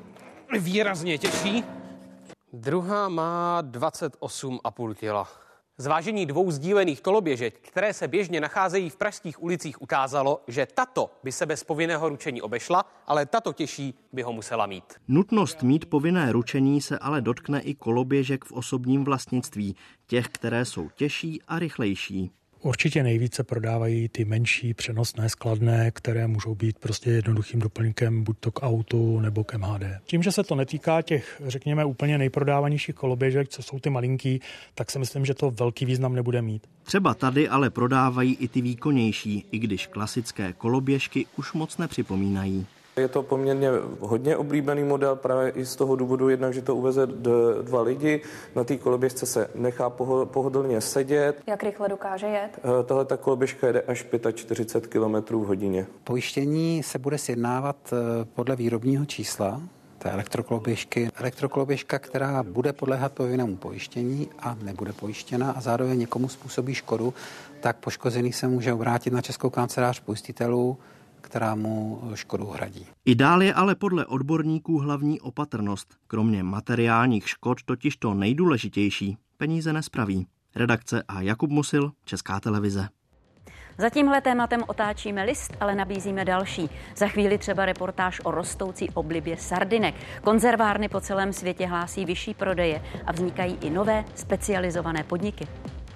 Výrazně těžší. Druhá má dvacet osm a půl kila. Zvážení dvou sdílených koloběžek, které se běžně nacházejí v pražských ulicích, ukázalo, že tato by se bez povinného ručení obešla, ale tato těžší by ho musela mít. Nutnost mít povinné ručení se ale dotkne i koloběžek v osobním vlastnictví, těch, které jsou těžší a rychlejší. Určitě nejvíce prodávají ty menší, přenosné, skladné, které můžou být prostě jednoduchým doplňkem buď to k autu nebo k M H D. Tím, že se to netýká těch, řekněme, úplně nejprodávanějších koloběžek, co jsou ty malinký, tak si myslím, že to velký význam nebude mít. Třeba tady ale prodávají i ty výkonnější, i když klasické koloběžky už moc nepřipomínají. Je to poměrně hodně oblíbený model právě i z toho důvodu jednak, že to uveze dva lidi. Na té koloběžce se nechá pohodlně sedět. Jak rychle dokáže jet? Tahle ta koloběžka jede až čtyřicet pět kilometrů v hodině. Pojištění se bude sjednávat podle výrobního čísla té elektrokoloběžky. Elektrokoloběžka, která bude podléhat povinnému pojištění a nebude pojištěna a zároveň někomu způsobí škodu, tak poškozený se může obrátit na Českou kancelář pojistitelů, která mu škodu hradí. I dál je ale podle odborníků hlavní opatrnost. Kromě materiálních škod totiž to nejdůležitější peníze nespraví. Redakce a Jakub Musil, Česká televize. Za tímhle tématem otáčíme list, ale nabízíme další. Za chvíli třeba reportáž o rostoucí oblibě sardinek. Konzervárny po celém světě hlásí vyšší prodeje a vznikají i nové specializované podniky.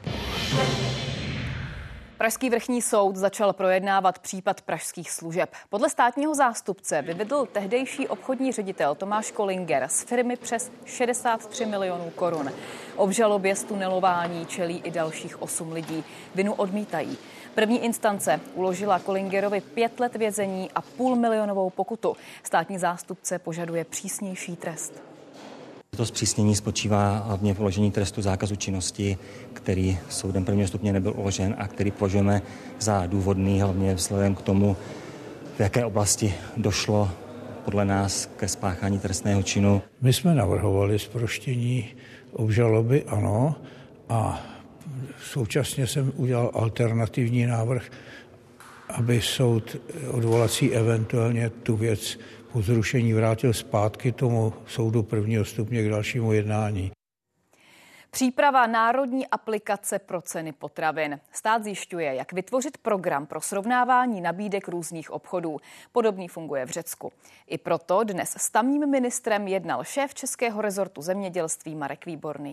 Pražský vrchní soud začal projednávat případ pražských služeb. Podle státního zástupce vyvedl tehdejší obchodní ředitel Tomáš Kolinger z firmy přes šedesát tři milionů korun. Obžalobě z tunelování čelí i dalších osm lidí. Vinu odmítají. První instance uložila Kolingerovi pět let vězení a půl milionovou pokutu. Státní zástupce požaduje přísnější trest. To zpřísnění spočívá hlavně v uložení trestu zákazu činnosti, který soudem prvního stupně nebyl uložen a který považujeme za důvodný, hlavně vzhledem k tomu, v jaké oblasti došlo podle nás ke spáchání trestného činu. My jsme navrhovali zproštění obžaloby, ano, a současně jsem udělal alternativní návrh, aby soud odvolací eventuálně tu věc po zrušení vrátil zpátky tomu soudu prvního stupně k dalšímu jednání. Příprava národní aplikace pro ceny potravin. Stát zjišťuje, jak vytvořit program pro srovnávání nabídek různých obchodů. Podobný funguje v Řecku. I proto dnes s tamním ministrem jednal šéf českého rezortu zemědělství Marek Výborný.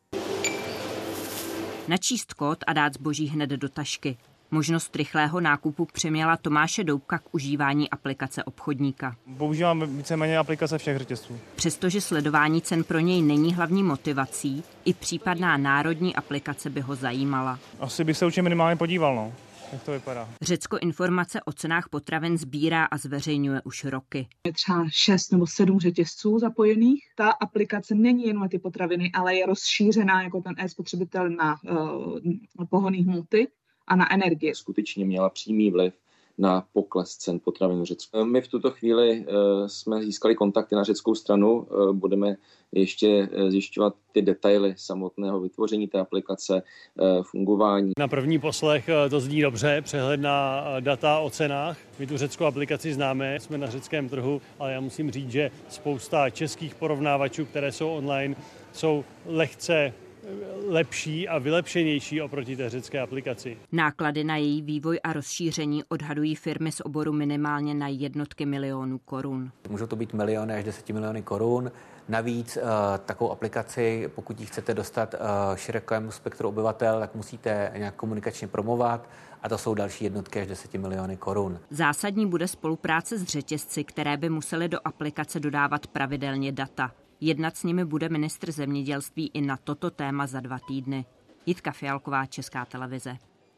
Načíst kód a dát zboží hned do tašky. Možnost rychlého nákupu přiměla Tomáše Doubka k užívání aplikace obchodníka. Používám víceméně aplikace všech řetězců. Přestože sledování cen pro něj není hlavní motivací, i případná národní aplikace by ho zajímala. Asi bych se určitě minimálně podíval, no. Jak to vypadá? Řecko informace o cenách potravin sbírá a zveřejňuje už roky. Je třeba šest nebo sedm řetězců zapojených. Ta aplikace není jen na ty potraviny, ale je rozšířená jako ten e-spotřebitel na uh, pohonné hmoty a na energie. Skutečně měla přímý vliv na pokles cen potravin v Řecku. My v tuto chvíli uh, jsme získali kontakty na řeckou stranu, uh, budeme ještě zjišťovat ty detaily samotného vytvoření té aplikace, uh, fungování. Na první poslech to zní dobře, přehled na data o cenách. My tu řeckou aplikaci známe, jsme na řeckém trhu, ale já musím říct, že spousta českých porovnávačů, které jsou online, jsou lehce lepší a vylepšenější oproti té řecké aplikaci. Náklady na její vývoj a rozšíření odhadují firmy z oboru minimálně na jednotky milionů korun. Můžou to být miliony až deset miliony korun. Navíc uh, takovou aplikaci, pokud ji chcete dostat uh, širokému spektru obyvatel, tak musíte nějak komunikačně promovat a to jsou další jednotky až deset miliony korun. Zásadní bude spolupráce s řetězci, které by musely do aplikace dodávat pravidelně data. Jednat s nimi bude ministr zemědělství i na toto téma za dva týdny. Jitka Fialková, Česká televize.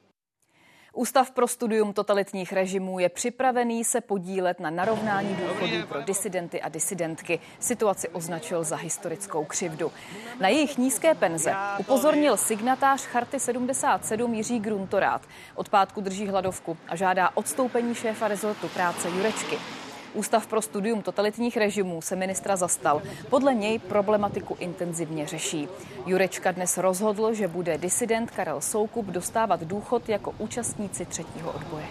Ústav pro studium totalitních režimů je připravený se podílet na narovnání důchodů pro disidenty a disidentky. Situaci označil za historickou křivdu. Na jejich nízké penze upozornil signatář Charty sedmdesát sedm Jiří Gruntorát. Od pátku drží hladovku a žádá odstoupení šéfa rezortu práce Jurečky. Ústav pro studium totalitních režimů se ministra zastal. Podle něj problematiku intenzivně řeší. Jurečka dnes rozhodl, že bude disident Karel Soukup dostávat důchod jako účastníci třetího odboje.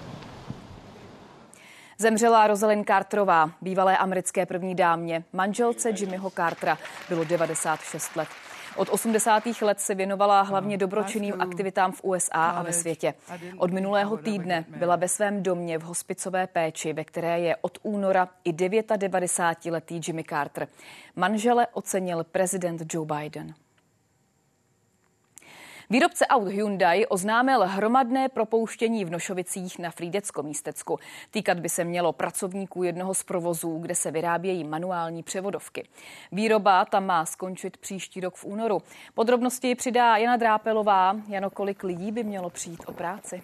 Zemřela Rosalind Carterová, bývalé americké první dámě, manželce Jimmyho Cartera, bylo devadesát šest let. Od osmdesátých let se věnovala hlavně dobročinným aktivitám v U S A a ve světě. Od minulého týdne byla ve svém domě v hospicové péči, ve které je od února i devadesátidevítiletý Jimmy Carter. Manžele ocenil prezident Joe Biden. Výrobce aut Hyundai oznámil hromadné propouštění v Nošovicích na Frýdecko-Místecku. Týkat by se mělo pracovníků jednoho z provozů, kde se vyrábějí manuální převodovky. Výroba tam má skončit příští rok v únoru. Podrobnosti přidá Jana Drápelová. Jano, kolik lidí by mělo přijít o práci?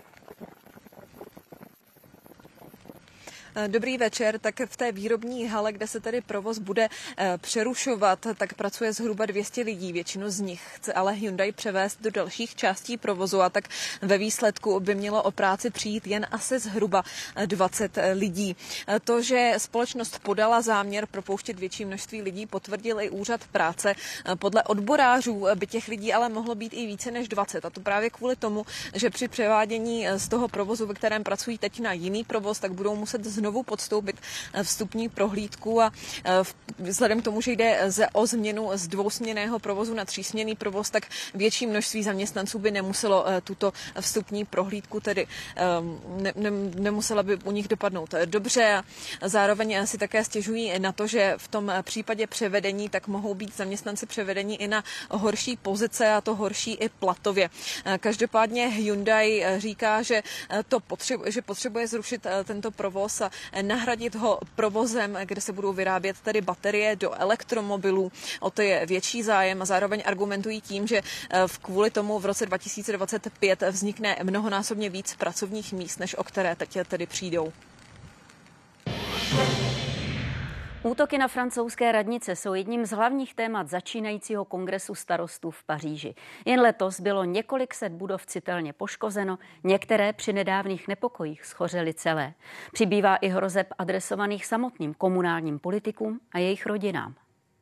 Dobrý večer. Tak v té výrobní hale, kde se tedy provoz bude přerušovat, tak pracuje zhruba dvě stě lidí. Většinu z nich chce ale Hyundai převést do dalších částí provozu a tak ve výsledku by mělo o práci přijít jen asi zhruba dvacet lidí. To, že společnost podala záměr propouštět větší množství lidí, potvrdil i úřad práce. Podle odborářů by těch lidí ale mohlo být i více než dvacet. A to právě kvůli tomu, že při převádění z toho provozu, ve kterém pracují teď, na jiný provoz, tak budou muset znovu podstoupit vstupní prohlídku a vzhledem k tomu, že jde o změnu z dvousměnného provozu na třísměnný provoz, tak větší množství zaměstnanců by nemuselo tuto vstupní prohlídku, tedy ne, ne, nemusela by u nich dopadnout dobře a zároveň si také stěžují na to, že v tom případě převedení tak mohou být zaměstnanci převedení i na horší pozice a to horší i platově. Každopádně Hyundai říká, že, to potřebuje, že potřebuje zrušit tento provoz a nahradit ho provozem, kde se budou vyrábět tedy baterie do elektromobilů. O to je větší zájem a zároveň argumentují tím, že kvůli tomu v roce dva tisíce dvacet pět vznikne mnohonásobně víc pracovních míst, než o které teď tedy přijdou. Útoky na francouzské radnice jsou jedním z hlavních témat začínajícího kongresu starostů v Paříži. Jen letos bylo několik set budov citelně poškozeno, některé při nedávných nepokojích schořely celé. Přibývá i hrozeb adresovaných samotným komunálním politikům a jejich rodinám.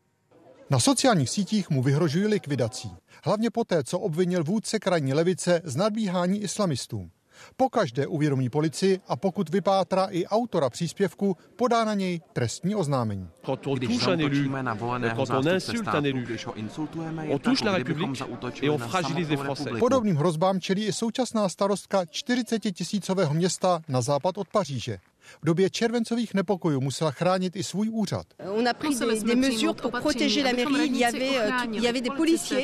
Na sociálních sítích mu vyhrožují likvidací. Hlavně poté, co obvinil vůdce krajní levice z nadbíhání islamistům. Pokaždé uvědomí policii a pokud vypátrá i autora příspěvku, podá na něj trestní oznámení. Když zautočíme na voleného zástupce státu, když ho insultujeme, je tak, kdybychom zaútočili na samotnou republiku. Podobným hrozbám čelí i současná starostka čtyřicetitisícového města na západ od Paříže. V době červencových nepokojů musela chránit i svůj úřad. On a pris des, des mesures pour protéger la mairie. Il y avait, il y avait des policiers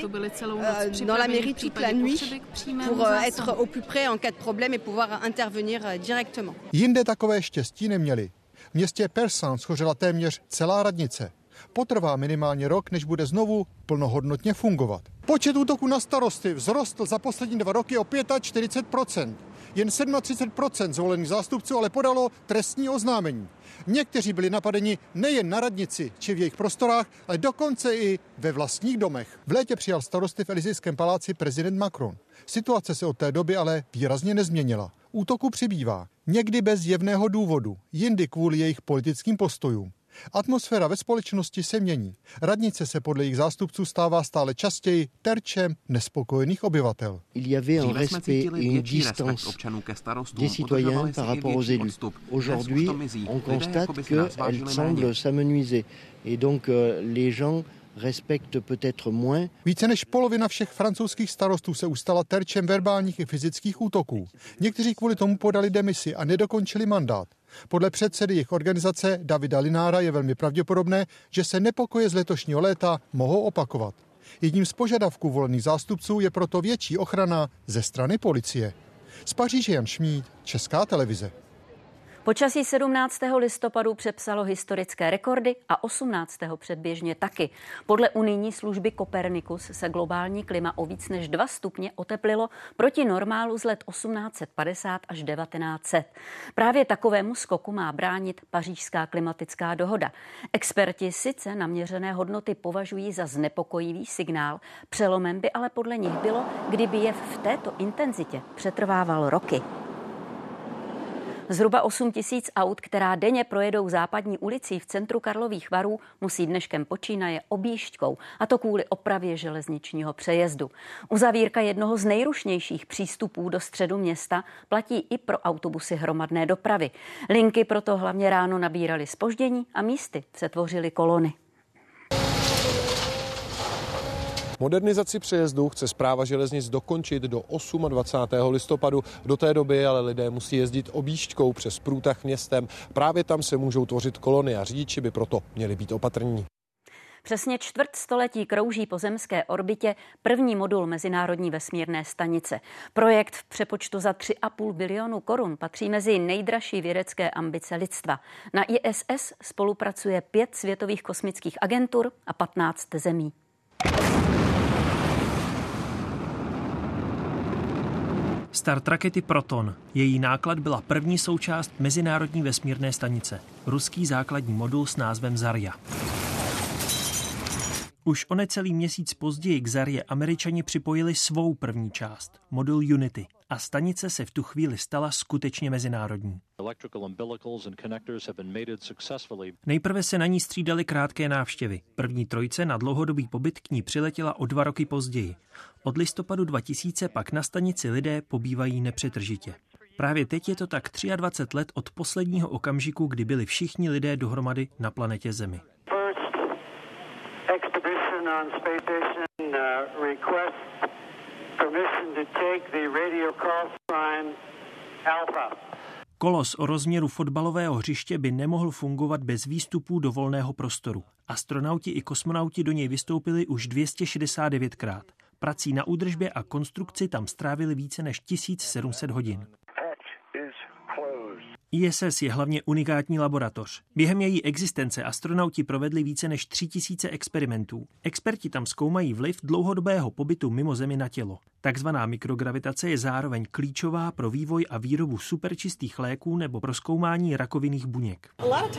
dans la mairie toute la nuit pour être au plus près en cas de problème et pouvoir intervenir directement. Jinde takové štěstí neměli. V městě Persan schořela téměř celá radnice. Potrvá minimálně rok, než bude znovu plnohodnotně fungovat. Počet útoků na starosty vzrostl za poslední dva roky o čtyřicet pět procent. Jen třicet sedm procent zvolených zástupců ale podalo trestní oznámení. Někteří byli napadeni nejen na radnici či v jejich prostorách, ale dokonce i ve vlastních domech. V létě přijal starosty v Elysejském paláci prezident Macron. Situace se od té doby ale výrazně nezměnila. Útoků přibývá, někdy bez zjevného důvodu, jindy kvůli jejich politickým postojům. Atmosféra ve společnosti se mění. Radnice se podle jejich zástupců stává stále častěji terčem nespokojených obyvatel. Il y avait un respect et une distance des citoyens par rapport aux élus. Aujourd'hui, on constate qu'elle semble s'amenuiser. Et donc les gens respekte peut-être moins. Více než polovina všech francouzských starostů se ustala terčem verbálních i fyzických útoků. Někteří kvůli tomu podali demisi a nedokončili mandát. Podle předsedy jejich organizace Davida Linára je velmi pravděpodobné, že se nepokoje z letošního léta mohou opakovat. Jedním z požadavků volených zástupců je proto větší ochrana ze strany policie. Z Paříže Jan Šmíd, Česká televize. Počasí sedmnáctého listopadu přepsalo historické rekordy a osmnáctého předběžně taky. Podle unijní služby Copernicus se globální klima o víc než dva stupně oteplilo proti normálu z let osmnáct set padesát až devatenáct set. Právě takovému skoku má bránit Pařížská klimatická dohoda. Experti sice naměřené hodnoty považují za znepokojivý signál, přelomem by ale podle nich bylo, kdyby jev v této intenzitě přetrvával roky. Zhruba osm tisíc aut, která denně projedou západní ulicí v centru Karlových Varů, musí dneškem počínaje objížďkou, a to kvůli opravě železničního přejezdu. Uzavírka jednoho z nejrušnějších přístupů do středu města platí i pro autobusy hromadné dopravy. Linky proto hlavně ráno nabíraly zpoždění a místy se tvořily kolony. Modernizaci přejezdů chce Správa železnic dokončit do dvacátého osmého listopadu. Do té doby ale lidé musí jezdit objížďkou přes průtah městem. Právě tam se můžou tvořit kolony a řidiči by proto měli být opatrní. Přesně čtvrt století krouží po zemské orbitě první modul Mezinárodní vesmírné stanice. Projekt v přepočtu za tři a půl bilionu korun patří mezi nejdražší vědecké ambice lidstva. Na I S S spolupracuje pět světových kosmických agentur a patnáct zemí. Start rakety Proton. Její náklad byla první součást Mezinárodní vesmírné stanice. Ruský základní modul s názvem Zarja. Už o necelý měsíc později k Zarje Američani připojili svou první část, modul Unity, a stanice se v tu chvíli stala skutečně mezinárodní. Nejprve se na ní střídaly krátké návštěvy. První trojice na dlouhodobý pobyt k ní přiletěla o dva roky později. Od listopadu dva tisíce pak na stanici lidé pobývají nepřetržitě. Právě teď je to tak dvacet tři let od posledního okamžiku, kdy byli všichni lidé dohromady na planetě Zemi. On space station uh, request permission to take the radio call sign Alpha. Kolos o rozměru fotbalového hřiště by nemohl fungovat bez výstupů do volného prostoru. Astronauti i kosmonauti do něj vystoupili už dvě stě šedesát devět krát. Prací na údržbě a konstrukci tam strávili více než tisíc sedm set hodin. I S S je hlavně unikátní laboratoř. Během její existence astronauti provedli více než tři tisíce experimentů. Experti tam zkoumají vliv dlouhodobého pobytu mimo Zemi na tělo. Takzvaná mikrogravitace je zároveň klíčová pro vývoj a výrobu superčistých léků nebo pro zkoumání rakovinných buněk.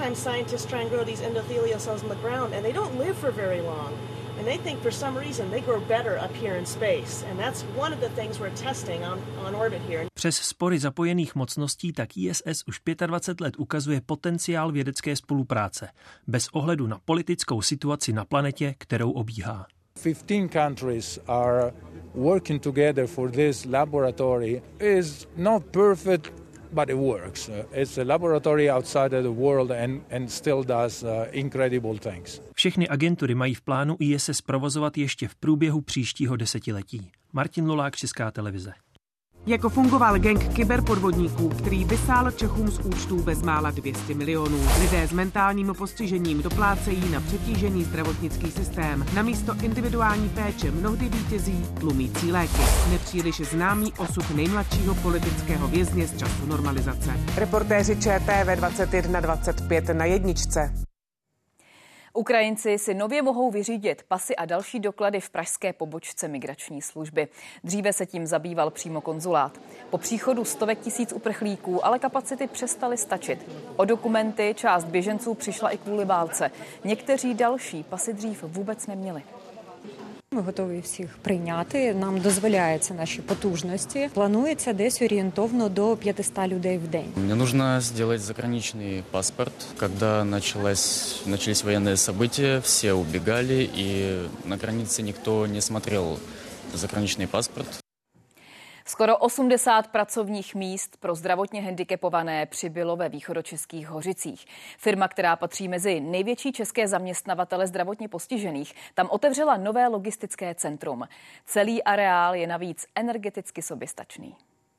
And they think for some reason they grow better up here in space. And that's one of the things we're testing on, on orbit here. Přes spory zapojených mocností tak I S S už dvacet pět let ukazuje potenciál vědecké spolupráce, bez ohledu na politickou situaci na planetě, kterou obíhá. fifteen countries are working together for this laboratory is not perfect, but it works. It's a laboratory outside of the world and, and still does uh, incredible things. Všechny agentury mají v plánu I S S provozovat ještě v průběhu příštího desetiletí. Martin Lulák, Česká televize. Jako fungoval gang kyberpodvodníků, který vysál Čechům z účtů bezmála dvě stě milionů. Lidé s mentálním postižením doplácejí na přetížený zdravotnický systém. Namísto individuální péče mnohdy vítězí tlumící léky. Nepříliš známý osud nejmladšího politického vězně z času normalizace. Reportéři Č T V dvacet jedna dvacet pět na jedničce. Ukrajinci si nově mohou vyřídit pasy a další doklady v pražské pobočce migrační služby. Dříve se tím zabýval přímo konzulát. Po příchodu stovek tisíc uprchlíků ale kapacity přestaly stačit. O dokumenty část běženců přišla i kvůli válce. Někteří další pasy dřív vůbec neměli. Ми готові всіх прийняти. Нам дозволяються наші потужності. Планується десь орієнтовно до п'ятсот людей в день. Мне нужно сделать заграничный паспорт. Когда началось, начались военные события, все убегали, и на границе никто не смотрел заграничный паспорт. Skoro osmdesát pracovních míst pro zdravotně handicapované přibylo ve východočeských Hořicích. Firma, která patří mezi největší české zaměstnavatele zdravotně postižených, tam otevřela nové logistické centrum. Celý areál je navíc energeticky soběstačný.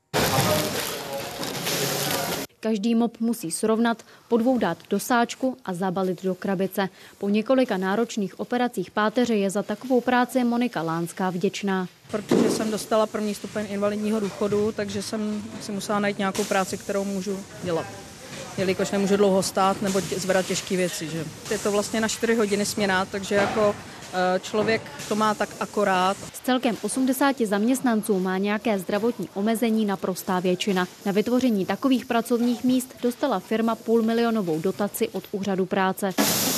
Každý mop musí srovnat, po dvou dát do sáčku a zabalit do krabice. Po několika náročných operacích páteře je za takovou práci Monika Lánská vděčná. Protože jsem dostala první stupeň invalidního důchodu, takže jsem si musela najít nějakou práci, kterou můžu dělat. Jelikož nemůžu dlouho stát nebo zvedat těžké věci. Že? Je to vlastně na čtyři hodiny směna, takže jako člověk to má tak akorát. Z celkem osmdesáti zaměstnanců má nějaké zdravotní omezení naprostá většina. Na vytvoření takových pracovních míst dostala firma půlmilionovou dotaci od úřadu práce.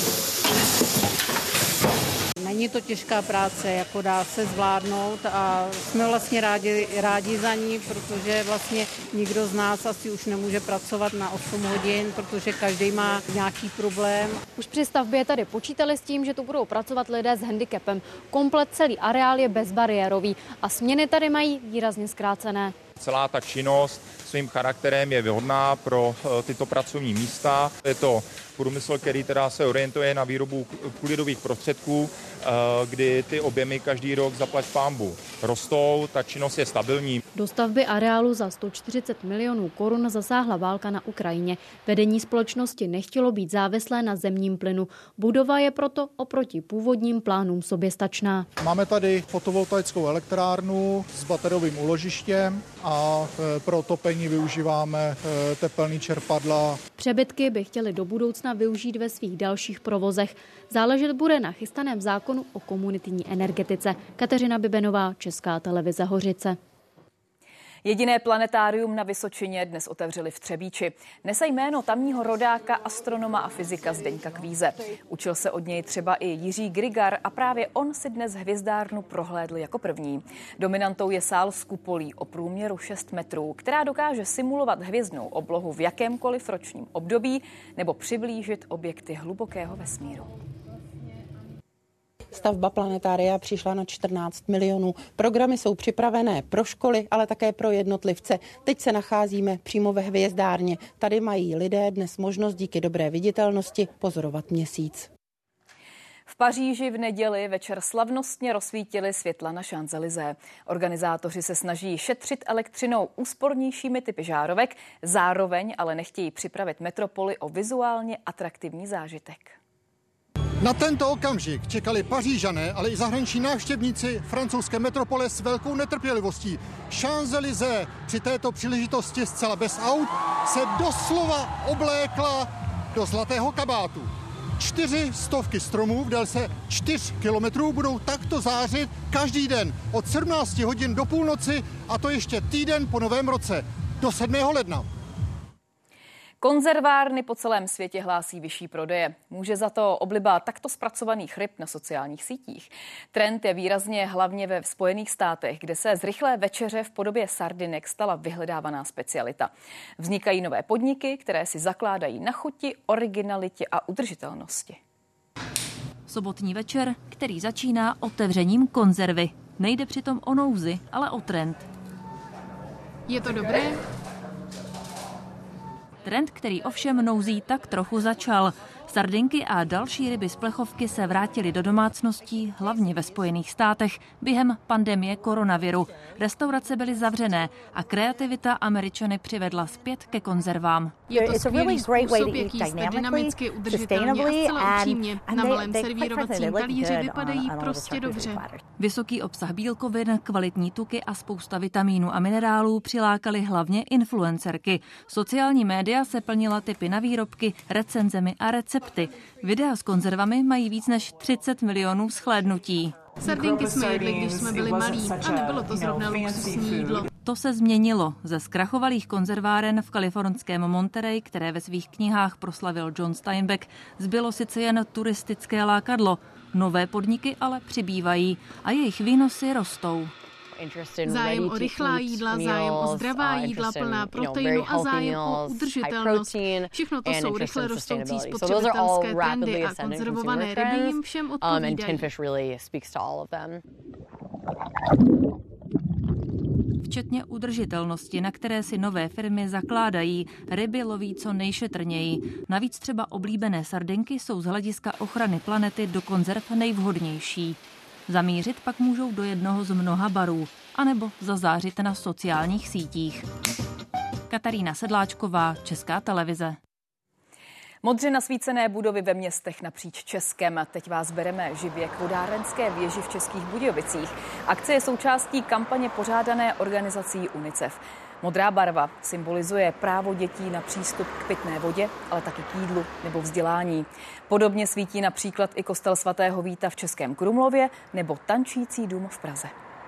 Není to těžká práce, jako dá se zvládnout a jsme vlastně rádi, rádi za ní, protože vlastně nikdo z nás asi už nemůže pracovat na osm hodin, protože každý má nějaký problém. Už při stavbě tady počítali s tím, že tu budou pracovat lidé s handicapem. Komplet celý areál je bezbariérový a směny tady mají výrazně zkrácené. Celá ta činnost svým charakterem je vhodná pro tyto pracovní místa. Je to průmysl, který teda se orientuje na výrobu kulidových prostředků, kdy ty objemy každý rok zaplať pánbu rostou, ta činnost je stabilní. Do stavby areálu za sto čtyřicet milionů korun zasáhla válka na Ukrajině. Vedení společnosti nechtělo být závislé na zemním plynu. Budova je proto oproti původním plánům soběstačná. Máme tady fotovoltaickou elektrárnu s bateriovým úložištěm a pro topení využíváme tepelný čerpadla. Přebytky by chtěli do budoucna využít ve svých dalších provozech. Záležet bude na chystaném zákonu o komunitní energetice. Kateřina Bibenová, Česká televize Hořice. Jediné planetárium na Vysočině dnes otevřeli v Třebíči. Nese jméno tamního rodáka, astronoma a fyzika Zdeňka Kvíze. Učil se od něj třeba i Jiří Grigar a právě on si dnes hvězdárnu prohlédl jako první. Dominantou je sál s kupolí o průměru šest metrů, která dokáže simulovat hvězdnou oblohu v jakémkoliv ročním období nebo přiblížit objekty hlubokého vesmíru. Stavba planetária přišla na čtrnáct milionů. Programy jsou připravené pro školy, ale také pro jednotlivce. Teď se nacházíme přímo ve hvězdárně. Tady mají lidé dnes možnost díky dobré viditelnosti pozorovat měsíc. V Paříži v neděli večer slavnostně rozsvítili světla na Champs-Élysées. Organizátoři se snaží šetřit elektřinou úspornějšími typy žárovek, zároveň ale nechtějí připravit metropoli o vizuálně atraktivní zážitek. Na tento okamžik čekali Pařížané, ale i zahraniční návštěvníci francouzské metropole s velkou netrpělivostí. Champs-Élysées při této příležitosti zcela bez aut se doslova oblékla do zlatého kabátu. Čtyři stovky stromů v délce čtyř kilometrů budou takto zářit každý den od sedmnácti hodin do půlnoci, a to ještě týden po novém roce, do sedmého ledna. Konzervárny po celém světě hlásí vyšší prodeje. Může za to obliba takto zpracovaných ryb na sociálních sítích. Trend je výrazně hlavně ve Spojených státech, kde se z rychlé večeře v podobě sardinek stala vyhledávaná specialita. Vznikají nové podniky, které si zakládají na chuti, originalitě a udržitelnosti. Sobotní večer, který začíná otevřením konzervy. Nejde přitom o nouzi, ale o trend. Je to dobré? Trend, který ovšem nouzí tak trochu začal. Sardinky a další ryby z plechovky se vrátily do domácností, hlavně ve Spojených státech, během pandemie koronaviru. Restaurace byly zavřené a kreativita Američany přivedla zpět ke konzervám. Je to skvělý způsob, jak jíst dynamicky, udržitelně a zcela upřímně. Na malém servírovacím talíři vypadají prostě dobře. Vysoký obsah bílkovin, kvalitní tuky a spousta vitamínů a minerálů přilákaly hlavně influencerky. Sociální média se plnila tipy na výrobky, recenzemi a recepty. Videa s konzervami mají víc než třicet milionů shlédnutí. Sardinky jsme jedli, když jsme byli malí, a nebylo to zrovna luxusní jídlo. To se změnilo. Ze zkrachovalých konzerváren v kalifornském Monterey, které ve svých knihách proslavil John Steinbeck, zbylo sice jen turistické lákadlo. Nové podniky ale přibývají a jejich výnosy rostou. Zájem o rychlá jídla, zájem o zdravá jídla plná proteinu a zájem o udržitelnost. Všechno to jsou rychle rostoucí spotřebitelské trendy a konzervované ryby jim všem odpovídají. Včetně udržitelnosti, na které si nové firmy zakládají. Ryby loví co nejšetrněji. Navíc třeba oblíbené sardinky jsou z hlediska ochrany planety do konzerv nejvhodnější. Zamířit pak můžou do jednoho z mnoha barů, anebo zazářit na sociálních sítích. Katarína Sedláčková, Česká televize. Modře nasvícené budovy ve městech napříč Českem. Teď vás bereme živě k vodárenské věži v Českých Budějovicích. Akce je součástí kampaně pořádané organizací UNICEF. Modrá barva symbolizuje právo dětí na přístup k pitné vodě, ale taky k jídlu nebo vzdělání. Podobně svítí například i kostel svatého Víta v Českém Krumlově nebo Tančící dům v Praze.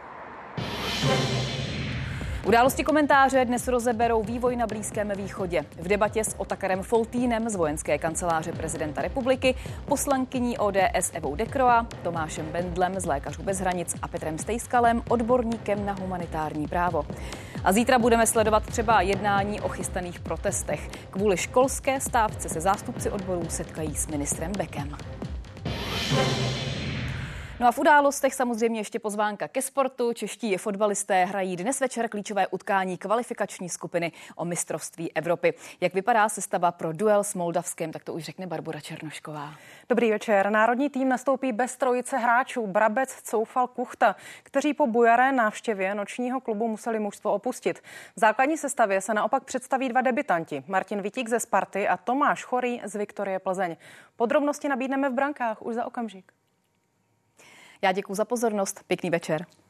Události komentáře dnes rozeberou vývoj na Blízkém východě. V debatě s Otakarem Foltýnem z vojenské kanceláře prezidenta republiky, poslankyní O D S Evou Dekroa, Tomášem Bendlem z Lékařů bez hranic a Petrem Stejskalem, odborníkem na humanitární právo. A zítra budeme sledovat třeba jednání o chystaných protestech. Kvůli školské stávce se zástupci odborů setkají s ministrem Beckem. No a v událostech samozřejmě ještě pozvánka ke sportu. Čeští fotbalisté hrají dnes večer klíčové utkání kvalifikační skupiny o mistrovství Evropy. Jak vypadá sestava pro duel s Moldavskem, tak to už řekne Barbora Černošková. Dobrý večer. Národní tým nastoupí bez trojice hráčů Brabec, Coufal, Kuchta, kteří po bujaré návštěvě nočního klubu museli mužstvo opustit. V základní sestavě se naopak představí dva debutanti. Martin Vitík ze Sparty a Tomáš Chorý z Viktorie Plzeň. Podrobnosti nabídneme v brankách už za okamžik. Já děkuji za pozornost. Pěkný večer.